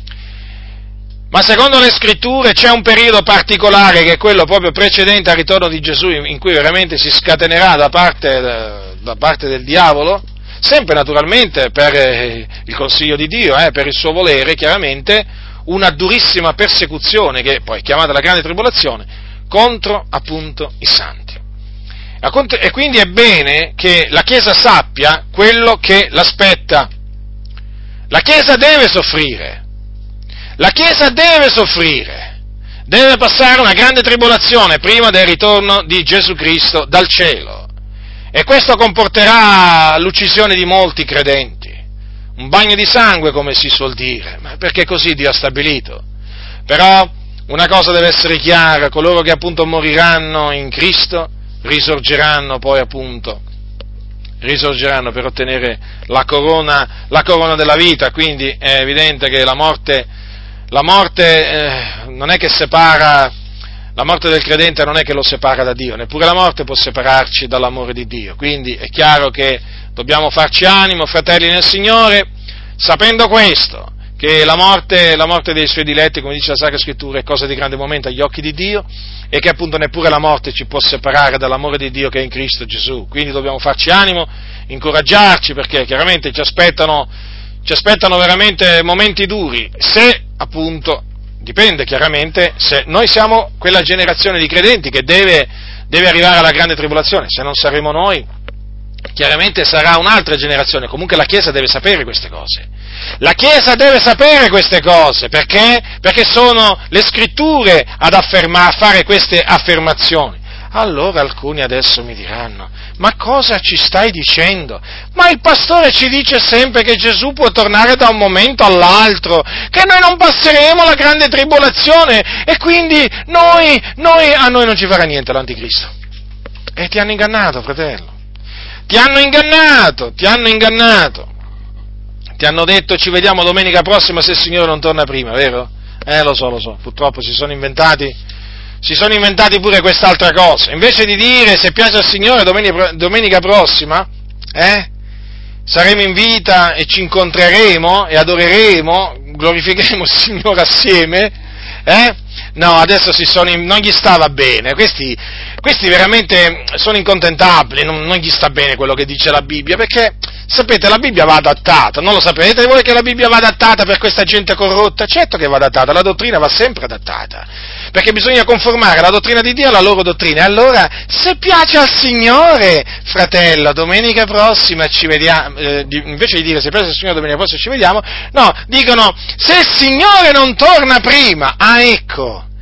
Speaker 1: Ma secondo le scritture c'è un periodo particolare, che è quello proprio precedente al ritorno di Gesù, in cui veramente si scatenerà da parte del diavolo, sempre naturalmente per il consiglio di Dio, per il suo volere, chiaramente, una durissima persecuzione, che poi è chiamata la grande tribolazione, contro appunto i santi. E quindi è bene che la Chiesa sappia quello che l'aspetta. La Chiesa deve soffrire. La Chiesa deve soffrire, deve passare una grande tribolazione prima del ritorno di Gesù Cristo dal cielo, e questo comporterà l'uccisione di molti credenti, un bagno di sangue, come si suol dire, ma perché così Dio ha stabilito. Però una cosa deve essere chiara: coloro che appunto moriranno in Cristo risorgeranno poi appunto, per ottenere la corona della vita. Quindi è evidente che la morte non è che separa, la morte del credente non è che lo separa da Dio, neppure la morte può separarci dall'amore di Dio. Quindi è chiaro che dobbiamo farci animo, fratelli nel Signore, sapendo questo, che la morte dei suoi diletti, come dice la Sacra Scrittura, è cosa di grande momento agli occhi di Dio, e che appunto neppure la morte ci può separare dall'amore di Dio che è in Cristo Gesù. Quindi dobbiamo farci animo, incoraggiarci, perché chiaramente ci aspettano veramente momenti duri, se appunto, dipende chiaramente, se noi siamo quella generazione di credenti che deve arrivare alla grande tribolazione. Se non saremo noi, chiaramente sarà un'altra generazione. Comunque la Chiesa deve sapere queste cose. La Chiesa deve sapere queste cose, perché sono le Scritture a fare queste affermazioni. Allora alcuni adesso mi diranno: ma cosa ci stai dicendo? Ma il pastore ci dice sempre che Gesù può tornare da un momento all'altro, che noi non passeremo la grande tribolazione e quindi a noi non ci farà niente l'anticristo. E ti hanno ingannato, fratello. Ti hanno ingannato. Ti hanno detto: ci vediamo domenica prossima se il Signore non torna prima, vero? Lo so, purtroppo si sono inventati pure quest'altra cosa. Invece di dire: se piace al Signore domenica prossima, saremo in vita e ci incontreremo e adoreremo, glorificheremo il Signore assieme, no, adesso non gli stava bene, questi veramente sono incontentabili, non gli sta bene quello che dice la Bibbia, perché, sapete, la Bibbia va adattata, non lo sapete voi che la Bibbia va adattata per questa gente corrotta? Certo che va adattata, la dottrina va sempre adattata, perché bisogna conformare la dottrina di Dio alla loro dottrina. E allora, se piace al Signore, fratello, domenica prossima ci vediamo, invece di dire se piace al Signore domenica prossima ci vediamo, no, dicono: se il Signore non torna prima. Ah, ecco,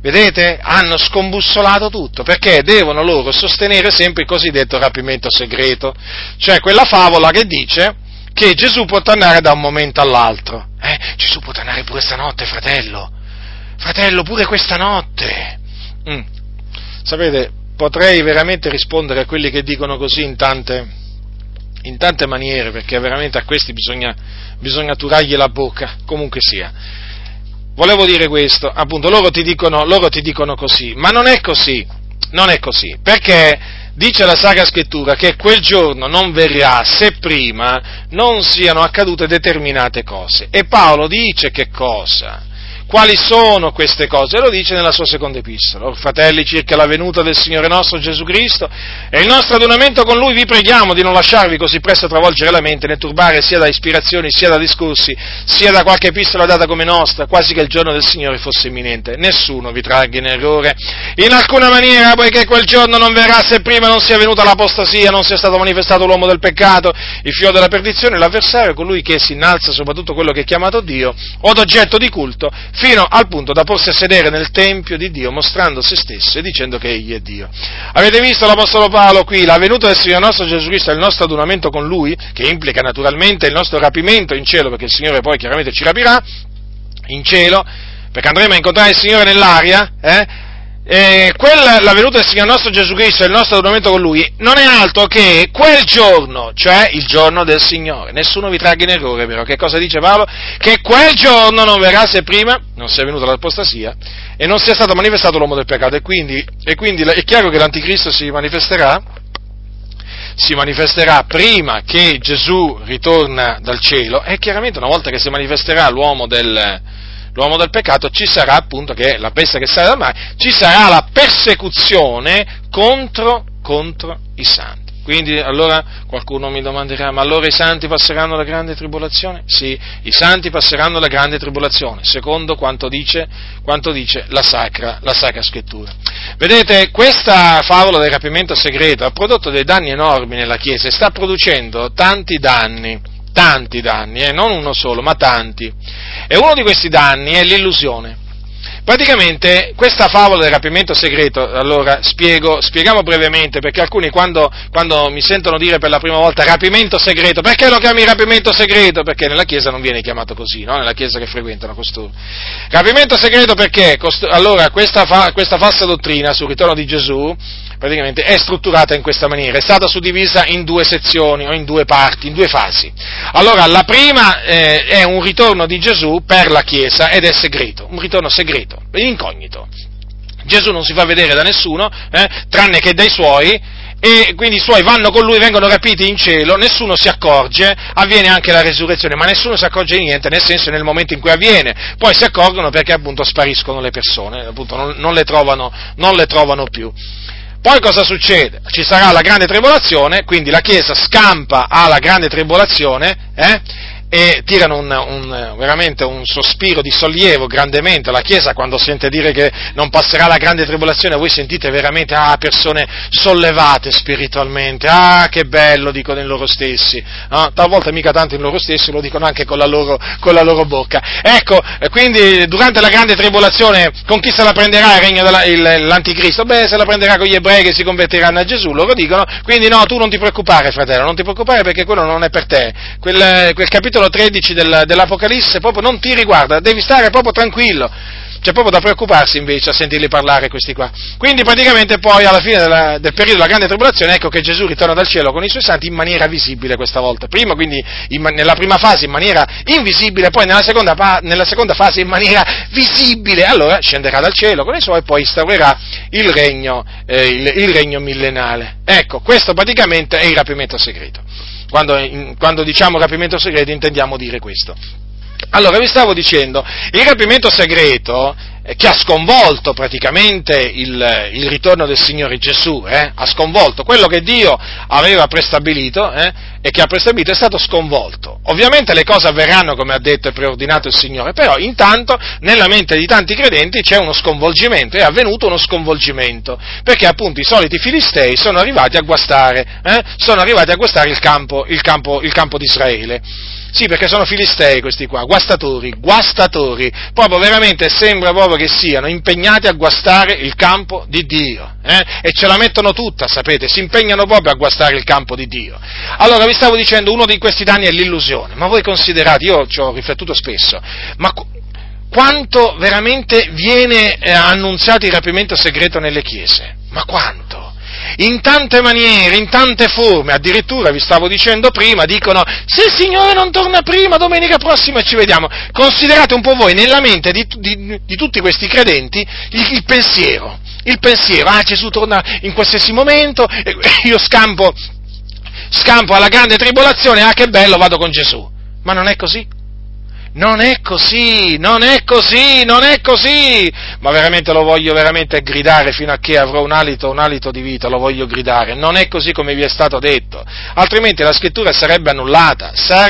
Speaker 1: Vedete? Hanno scombussolato tutto, perché devono loro sostenere sempre il cosiddetto rapimento segreto, cioè quella favola che dice che Gesù può tornare da un momento all'altro. Gesù può tornare pure stanotte, fratello, pure questa notte. Sapete, potrei veramente rispondere a quelli che dicono così in tante maniere, perché veramente a questi bisogna turargli la bocca, comunque sia. Volevo dire questo, appunto, loro ti dicono così, ma non è così, perché dice la Sacra Scrittura che quel giorno non verrà se prima non siano accadute determinate cose. E Paolo dice che cosa? Quali sono queste cose? Lo dice nella sua seconda epistola. Fratelli, circa la venuta del Signore nostro Gesù Cristo e il nostro adunamento con Lui, vi preghiamo di non lasciarvi così presto travolgere la mente, né turbare sia da ispirazioni, sia da discorsi, sia da qualche epistola data come nostra, quasi che il giorno del Signore fosse imminente. Nessuno vi tragga in errore in alcuna maniera, poiché quel giorno non verrà se prima non sia venuta l'apostasia, non sia stato manifestato l'uomo del peccato, il figlio della perdizione, l'avversario, colui che si innalza soprattutto quello che è chiamato Dio, o d'oggetto di culto, fino al punto da porsi a sedere nel Tempio di Dio, mostrando se stesso e dicendo che Egli è Dio. Avete visto l'Apostolo Paolo qui, la venuta del Signore nostro Gesù Cristo e il nostro adunamento con Lui, che implica naturalmente il nostro rapimento in cielo, perché il Signore poi chiaramente ci rapirà in cielo, perché andremo a incontrare il Signore nell'aria, la venuta del Signore nostro Gesù Cristo e il nostro adunamento con Lui non è altro che quel giorno, cioè il giorno del Signore. Nessuno vi tragga in errore, però. Che cosa dice Paolo? Che quel giorno non verrà se prima non sia venuta l'apostasia e non sia stato manifestato l'uomo del peccato. E quindi è chiaro che l'anticristo si manifesterà prima che Gesù ritorna dal cielo, e chiaramente una volta che si manifesterà l'uomo del peccato ci sarà appunto, che è la bestia che sale dal mare, ci sarà la persecuzione contro i santi. Quindi allora qualcuno mi domanderà, ma allora i santi passeranno la grande tribolazione? Sì, i santi passeranno la grande tribolazione, secondo quanto dice la Sacra Scrittura. Vedete, questa favola del rapimento segreto ha prodotto dei danni enormi nella Chiesa e sta producendo tanti danni, non uno solo, ma tanti. E uno di questi danni è l'illusione. Praticamente questa favola del rapimento segreto, allora spieghiamo brevemente, perché alcuni quando mi sentono dire per la prima volta rapimento segreto, perché lo chiami rapimento segreto? Perché nella Chiesa non viene chiamato così, no? Nella Chiesa che frequentano costoro. Rapimento segreto perché? Allora questa falsa dottrina sul ritorno di Gesù praticamente è strutturata in questa maniera, è stata suddivisa in due sezioni o in due parti, in due fasi. Allora la prima è un ritorno di Gesù per la Chiesa ed è segreto, un ritorno segreto, incognito. Gesù non si fa vedere da nessuno, tranne che dai Suoi, e quindi i Suoi vanno con Lui, vengono rapiti in cielo, nessuno si accorge, avviene anche la resurrezione, ma nessuno si accorge di niente, nel senso nel momento in cui avviene, poi si accorgono perché appunto spariscono le persone, appunto non le trovano più. Poi cosa succede? Ci sarà la grande tribolazione, quindi la Chiesa scampa alla grande tribolazione, e tirano veramente un sospiro di sollievo grandemente. La Chiesa, quando sente dire che non passerà la grande tribolazione, voi sentite veramente persone sollevate spiritualmente, che bello, dicono in loro stessi, talvolta mica tanto in loro stessi, lo dicono anche con la loro bocca. Ecco, quindi durante la grande tribolazione con chi se la prenderà il regno dell'anticristo? Se la prenderà con gli ebrei che si convertiranno a Gesù, loro dicono. Quindi no, tu non ti preoccupare, fratello, non ti preoccupare, perché quello non è per te, quel capitolo 13 dell'Apocalisse proprio non ti riguarda, devi stare proprio tranquillo, c'è proprio da preoccuparsi invece a sentirli parlare questi qua. Quindi praticamente poi alla fine del periodo della grande tribolazione ecco che Gesù ritorna dal cielo con i Suoi santi in maniera visibile questa volta, prima quindi nella prima fase in maniera invisibile, poi nella seconda fase in maniera visibile, allora scenderà dal cielo con i Suoi e poi instaurerà il regno millenale. Ecco, questo praticamente è il rapimento segreto. Quando diciamo rapimento segreto intendiamo dire questo. Allora, vi stavo dicendo, il rapimento segreto che ha sconvolto praticamente il ritorno del Signore Gesù, ha sconvolto quello che Dio aveva prestabilito, e che ha prestabilito è stato sconvolto. Ovviamente le cose avverranno come ha detto e preordinato il Signore, però intanto nella mente di tanti credenti c'è uno sconvolgimento, è avvenuto uno sconvolgimento, perché appunto i soliti filistei sono arrivati a guastare il campo di Israele. Sì, perché sono filistei questi qua, guastatori, proprio veramente sembra proprio proprio che siano impegnati a guastare il campo di Dio, e ce la mettono tutta, sapete, si impegnano proprio a guastare il campo di Dio. Allora vi stavo dicendo, uno di questi danni è l'illusione, ma voi considerate, io ci ho riflettuto spesso, ma quanto veramente viene annunziato il rapimento segreto nelle chiese? Ma quanto? In tante maniere, in tante forme, addirittura vi stavo dicendo prima, dicono, se il Signore non torna prima, domenica prossima ci vediamo. Considerate un po' voi, nella mente di tutti questi credenti, il pensiero, Gesù torna in qualsiasi momento, e io scampo alla grande tribolazione, che bello, vado con Gesù. Ma non è così? Non è così, ma veramente lo voglio veramente gridare fino a che avrò un alito di vita, lo voglio gridare, non è così come vi è stato detto, altrimenti la scrittura sarebbe annullata.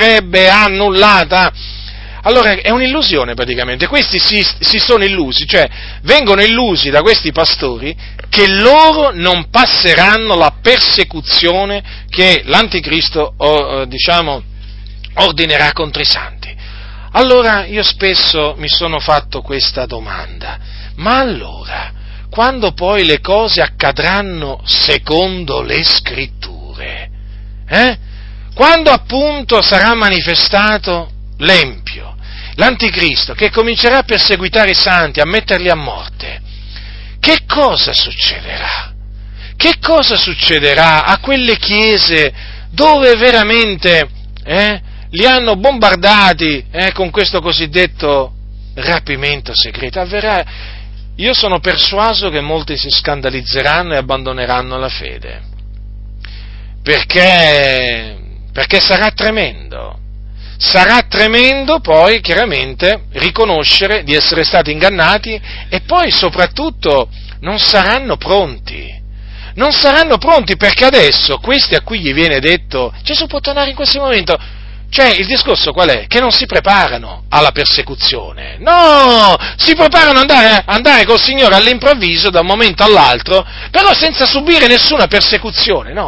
Speaker 1: Allora è un'illusione praticamente, questi si sono illusi, cioè vengono illusi da questi pastori che loro non passeranno la persecuzione che l'anticristo, ordinerà contro i santi. Allora io spesso mi sono fatto questa domanda, ma allora, quando poi le cose accadranno secondo le scritture, quando appunto sarà manifestato l'empio, l'anticristo, che comincerà a perseguitare i santi, a metterli a morte, che cosa succederà? Che cosa succederà a quelle chiese dove veramente, li hanno bombardati con questo cosiddetto rapimento segreto? Avverrà, io sono persuaso che molti si scandalizzeranno e abbandoneranno la fede, perché sarà tremendo poi chiaramente riconoscere di essere stati ingannati, e poi soprattutto non saranno pronti, perché adesso questi a cui gli viene detto Gesù può tornare in questo momento, cioè il discorso qual è? Che non si preparano alla persecuzione, no, si preparano ad andare col Signore all'improvviso da un momento all'altro, però senza subire nessuna persecuzione, no.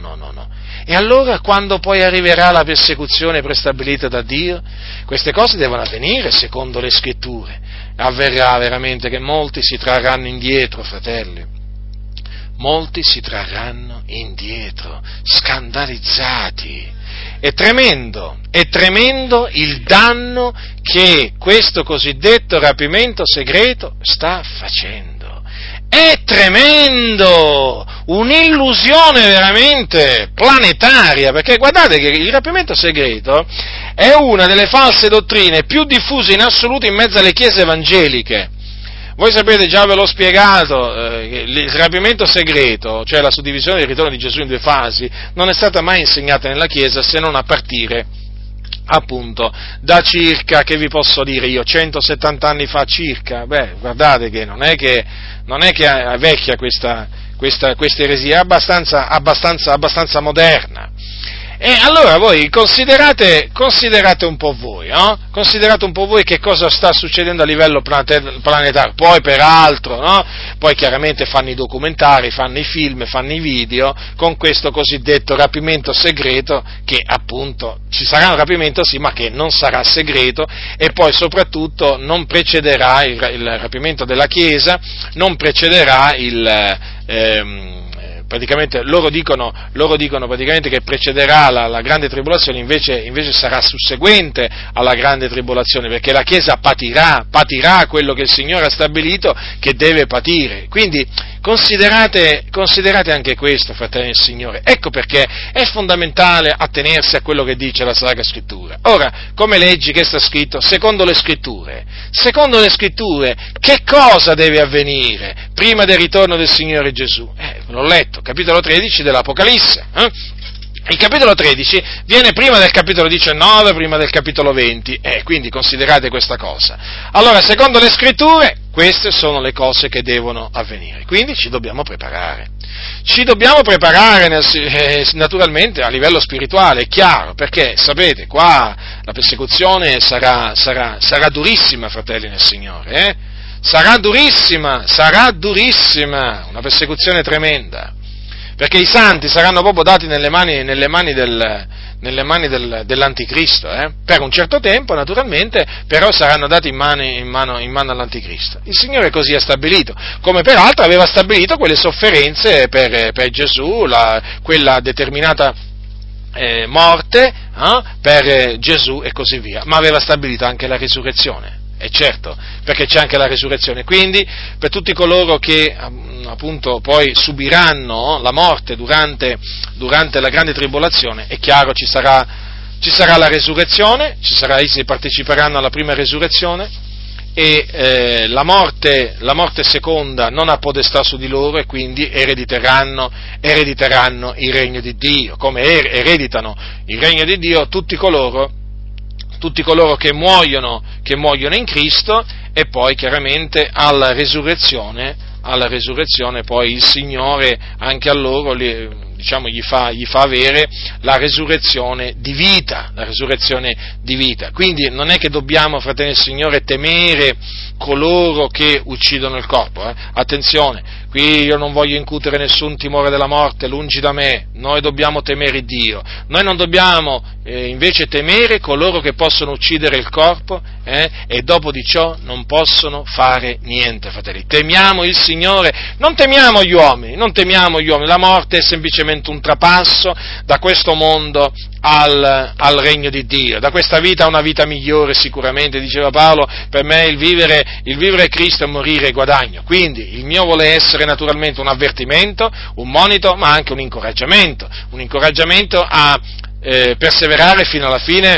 Speaker 1: E allora quando poi arriverà la persecuzione prestabilita da Dio, queste cose devono avvenire secondo le scritture, avverrà veramente che molti si trarranno indietro, fratelli, molti si trarranno indietro, scandalizzati. È tremendo il danno che questo cosiddetto rapimento segreto sta facendo. È tremendo, un'illusione veramente planetaria, perché guardate che il rapimento segreto è una delle false dottrine più diffuse in assoluto in mezzo alle chiese evangeliche. Voi sapete, già ve l'ho spiegato, il rapimento segreto, cioè la suddivisione del ritorno di Gesù in due fasi, non è stata mai insegnata nella Chiesa se non a partire, appunto, da circa, che vi posso dire io, 170 anni fa circa. Guardate che non è che è vecchia questa eresia, è abbastanza moderna. E allora voi considerate un po' voi, no? Considerate un po' voi che cosa sta succedendo a livello planetario. Poi peraltro, no? Poi chiaramente fanno i documentari, fanno i film, fanno i video con questo cosiddetto rapimento segreto, che appunto ci sarà un rapimento sì, ma che non sarà segreto, e poi soprattutto non precederà il rapimento della Chiesa, non precederà praticamente loro dicono praticamente che precederà la grande tribolazione, invece sarà susseguente alla grande tribolazione, perché la Chiesa patirà quello che il Signore ha stabilito che deve patire. Quindi considerate anche questo, fratelli del Signore. Ecco perché è fondamentale attenersi a quello che dice la Sacra Scrittura. Ora, come leggi che sta scritto? Secondo le Scritture, che cosa deve avvenire prima del ritorno del Signore Gesù? L'ho letto, capitolo 13 dell'Apocalisse. Il capitolo 13 viene prima del capitolo 19, prima del capitolo 20, quindi considerate questa cosa. Allora, secondo le Scritture, queste sono le cose che devono avvenire, quindi ci dobbiamo preparare. Naturalmente a livello spirituale, è chiaro, perché sapete, qua la persecuzione sarà durissima, fratelli nel Signore, Sarà durissima, una persecuzione tremenda. perché i santi saranno proprio dati nelle mani dell'anticristo, per un certo tempo naturalmente, però saranno dati in mano all'anticristo. Il Signore così ha stabilito, come peraltro aveva stabilito quelle sofferenze per Gesù, quella determinata morte per Gesù e così via, ma aveva stabilito anche la risurrezione. E certo, perché c'è anche la risurrezione, quindi per tutti coloro che appunto poi subiranno la morte durante la grande tribolazione, è chiaro ci sarà la resurrezione, essi parteciperanno alla prima resurrezione e la morte seconda non ha potestà su di loro e quindi erediteranno il regno di Dio, come ereditano il regno di Dio tutti coloro che muoiono in Cristo, e poi chiaramente alla resurrezione poi il Signore anche a loro gli fa avere la resurrezione di vita. Quindi non è che dobbiamo, fratelli del Signore, temere coloro che uccidono il corpo. Attenzione, qui io non voglio incutere nessun timore della morte, lungi da me, noi dobbiamo temere Dio. Noi non dobbiamo invece temere coloro che possono uccidere il corpo e dopo di ciò non possono fare niente, fratelli. Temiamo il Signore, non temiamo gli uomini, la morte è semplicemente un trapasso da questo mondo al regno di Dio, da questa vita a una vita migliore sicuramente, diceva Paolo, per me il vivere è Cristo e morire è guadagno. Quindi il mio vuole essere naturalmente un avvertimento, un monito, ma anche un incoraggiamento a perseverare fino alla fine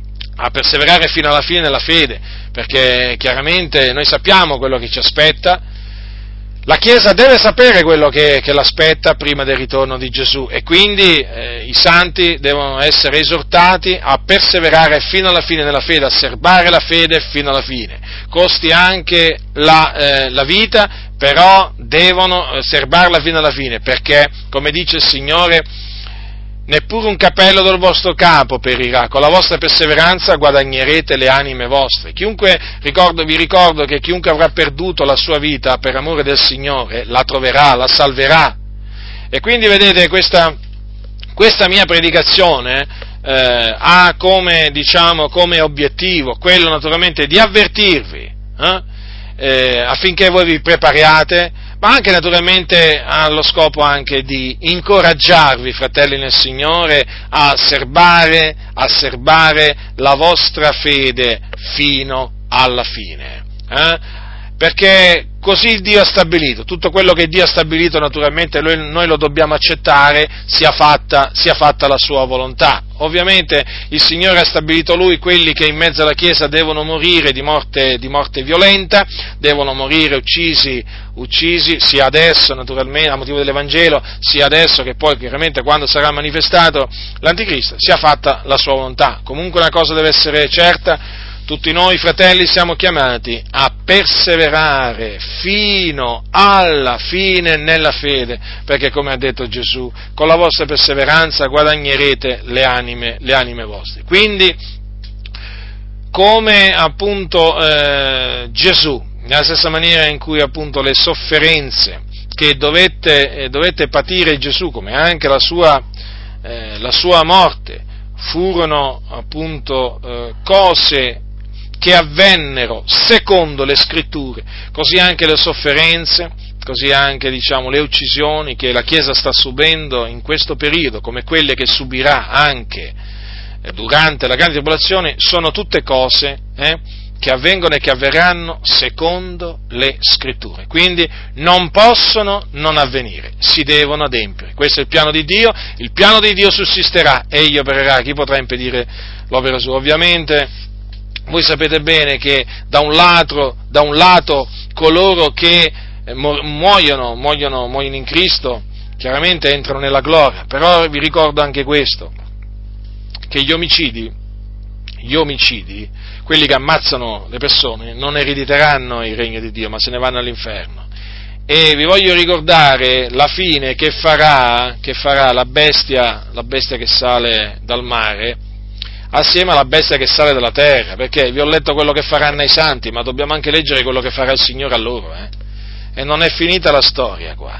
Speaker 1: nella fede, perché chiaramente noi sappiamo quello che ci aspetta. La Chiesa deve sapere quello che l'aspetta prima del ritorno di Gesù, e quindi i santi devono essere esortati a perseverare fino alla fine nella fede, a serbare la fede fino alla fine. Costi anche la vita, però devono serbarla fino alla fine, perché, come dice il Signore, neppure un capello del vostro capo perirà, con la vostra perseveranza guadagnerete le anime vostre. Vi ricordo che chiunque avrà perduto la sua vita per amore del Signore, la troverà, la salverà. E quindi vedete, questa mia predicazione ha come obiettivo quello naturalmente di avvertirvi, affinché voi vi prepariate, ma anche naturalmente allo scopo anche di incoraggiarvi, fratelli nel Signore, a serbare la vostra fede fino alla fine. Perché così Dio ha stabilito, tutto quello che Dio ha stabilito naturalmente noi lo dobbiamo accettare, sia fatta la sua volontà. Ovviamente il Signore ha stabilito Lui quelli che in mezzo alla Chiesa devono morire di morte violenta, devono morire uccisi sia adesso naturalmente a motivo dell'Evangelo, sia adesso che poi chiaramente quando sarà manifestato l'Anticristo, sia fatta la sua volontà. Comunque una cosa deve essere certa: tutti noi, fratelli, siamo chiamati a perseverare fino alla fine nella fede, perché, come ha detto Gesù, con la vostra perseveranza guadagnerete le anime vostre. Quindi, come appunto Gesù, nella stessa maniera in cui appunto le sofferenze che dovette patire Gesù, come anche la sua morte, furono appunto cose che avvennero secondo le Scritture, così anche le sofferenze, così anche le uccisioni che la Chiesa sta subendo in questo periodo, come quelle che subirà anche durante la grande tribolazione, sono tutte cose che avvengono e che avverranno secondo le Scritture. Quindi non possono non avvenire, si devono adempiere. Questo è il piano di Dio sussisterà, egli opererà, chi potrà impedire l'opera sua? Ovviamente voi sapete bene che da un lato coloro che muoiono in Cristo chiaramente entrano nella gloria, però vi ricordo anche questo, che gli omicidi, quelli che ammazzano le persone, non erediteranno il regno di Dio, ma se ne vanno all'inferno. E vi voglio ricordare la fine che farà la bestia che sale dal mare, assieme alla bestia che sale dalla terra, perché vi ho letto quello che faranno ai santi, ma dobbiamo anche leggere quello che farà il Signore a loro, E non è finita la storia qua.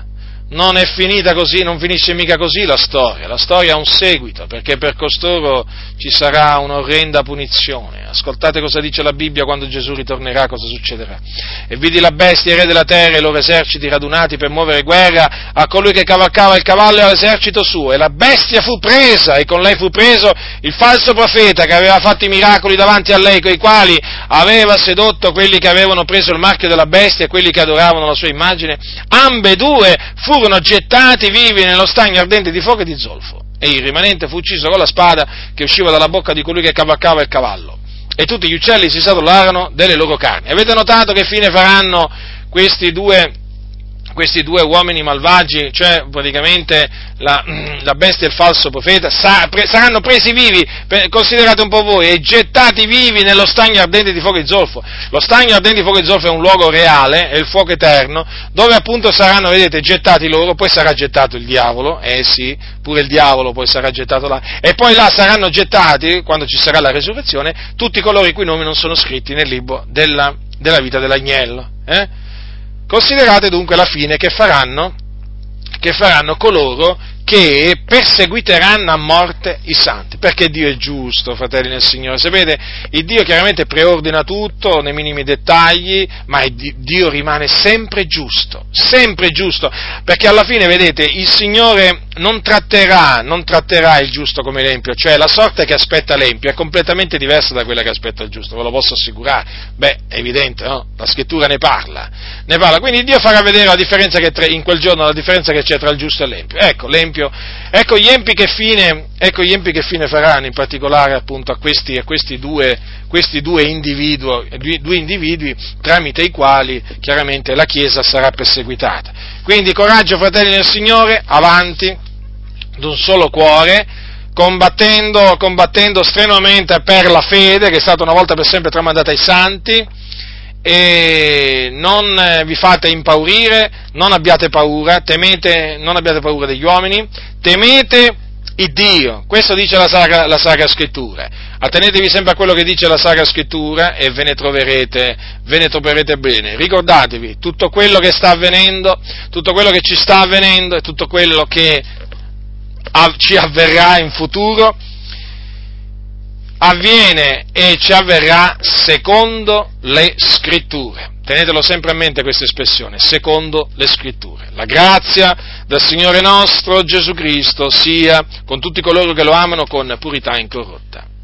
Speaker 1: non è finita così, non finisce mica così la storia ha un seguito, perché per costoro ci sarà un'orrenda punizione. Ascoltate cosa dice la Bibbia quando Gesù ritornerà, cosa succederà. E vidi la bestia, il re della terra, e i loro eserciti radunati per muovere guerra a colui che cavalcava il cavallo e all'esercito suo, e la bestia fu presa, e con lei fu preso il falso profeta che aveva fatto i miracoli davanti a lei, coi quali aveva sedotto quelli che avevano preso il marchio della bestia e quelli che adoravano la sua immagine. Ambedue furono gettati vivi nello stagno ardente di fuoco e di zolfo, e il rimanente fu ucciso con la spada che usciva dalla bocca di colui che cavalcava il cavallo, e tutti gli uccelli si satolarono delle loro carni. Avete notato che fine faranno questi due uomini malvagi, cioè praticamente la bestia e il falso profeta? Saranno presi vivi, considerate un po' voi, e gettati vivi nello stagno ardente di fuoco e zolfo. Lo stagno ardente di fuoco e zolfo è un luogo reale, è il fuoco eterno, dove appunto saranno, vedete, gettati loro, poi sarà gettato il diavolo, sì, pure il diavolo poi sarà gettato là, e poi là saranno gettati, quando ci sarà la resurrezione, tutti coloro i cui nomi non sono scritti nel libro della vita dell'agnello. Considerate dunque la fine che faranno coloro che perseguiteranno a morte i santi, perché Dio è giusto, fratelli nel Signore. Sapete, il Dio chiaramente preordina tutto nei minimi dettagli, ma Dio rimane sempre giusto, perché alla fine, vedete, il Signore non tratterà il giusto come l'empio, cioè la sorte che aspetta l'empio è completamente diversa da quella che aspetta il giusto, ve lo posso assicurare. È evidente, no? La Scrittura ne parla, quindi Dio farà vedere la differenza in quel giorno, la differenza che c'è tra il giusto e l'empio. Ecco gli empi che fine faranno, in particolare appunto a questi due individui tramite i quali chiaramente la Chiesa sarà perseguitata. Quindi coraggio, fratelli nel Signore, avanti, d'un solo cuore, combattendo strenuamente per la fede che è stata una volta per sempre tramandata ai santi, e non vi fate impaurire, non abbiate paura, non abbiate paura degli uomini, temete il Dio. Questo dice la Sacra Scrittura. Attenetevi sempre a quello che dice la Sacra Scrittura e ve ne troverete bene. Ricordatevi, tutto quello che sta avvenendo, tutto quello che ci sta avvenendo e tutto quello che ci avverrà in futuro avviene e ci avverrà secondo le Scritture. Tenetelo sempre a mente questa espressione, secondo le Scritture. La grazia del Signore nostro Gesù Cristo sia con tutti coloro che lo amano con purità incorrotta.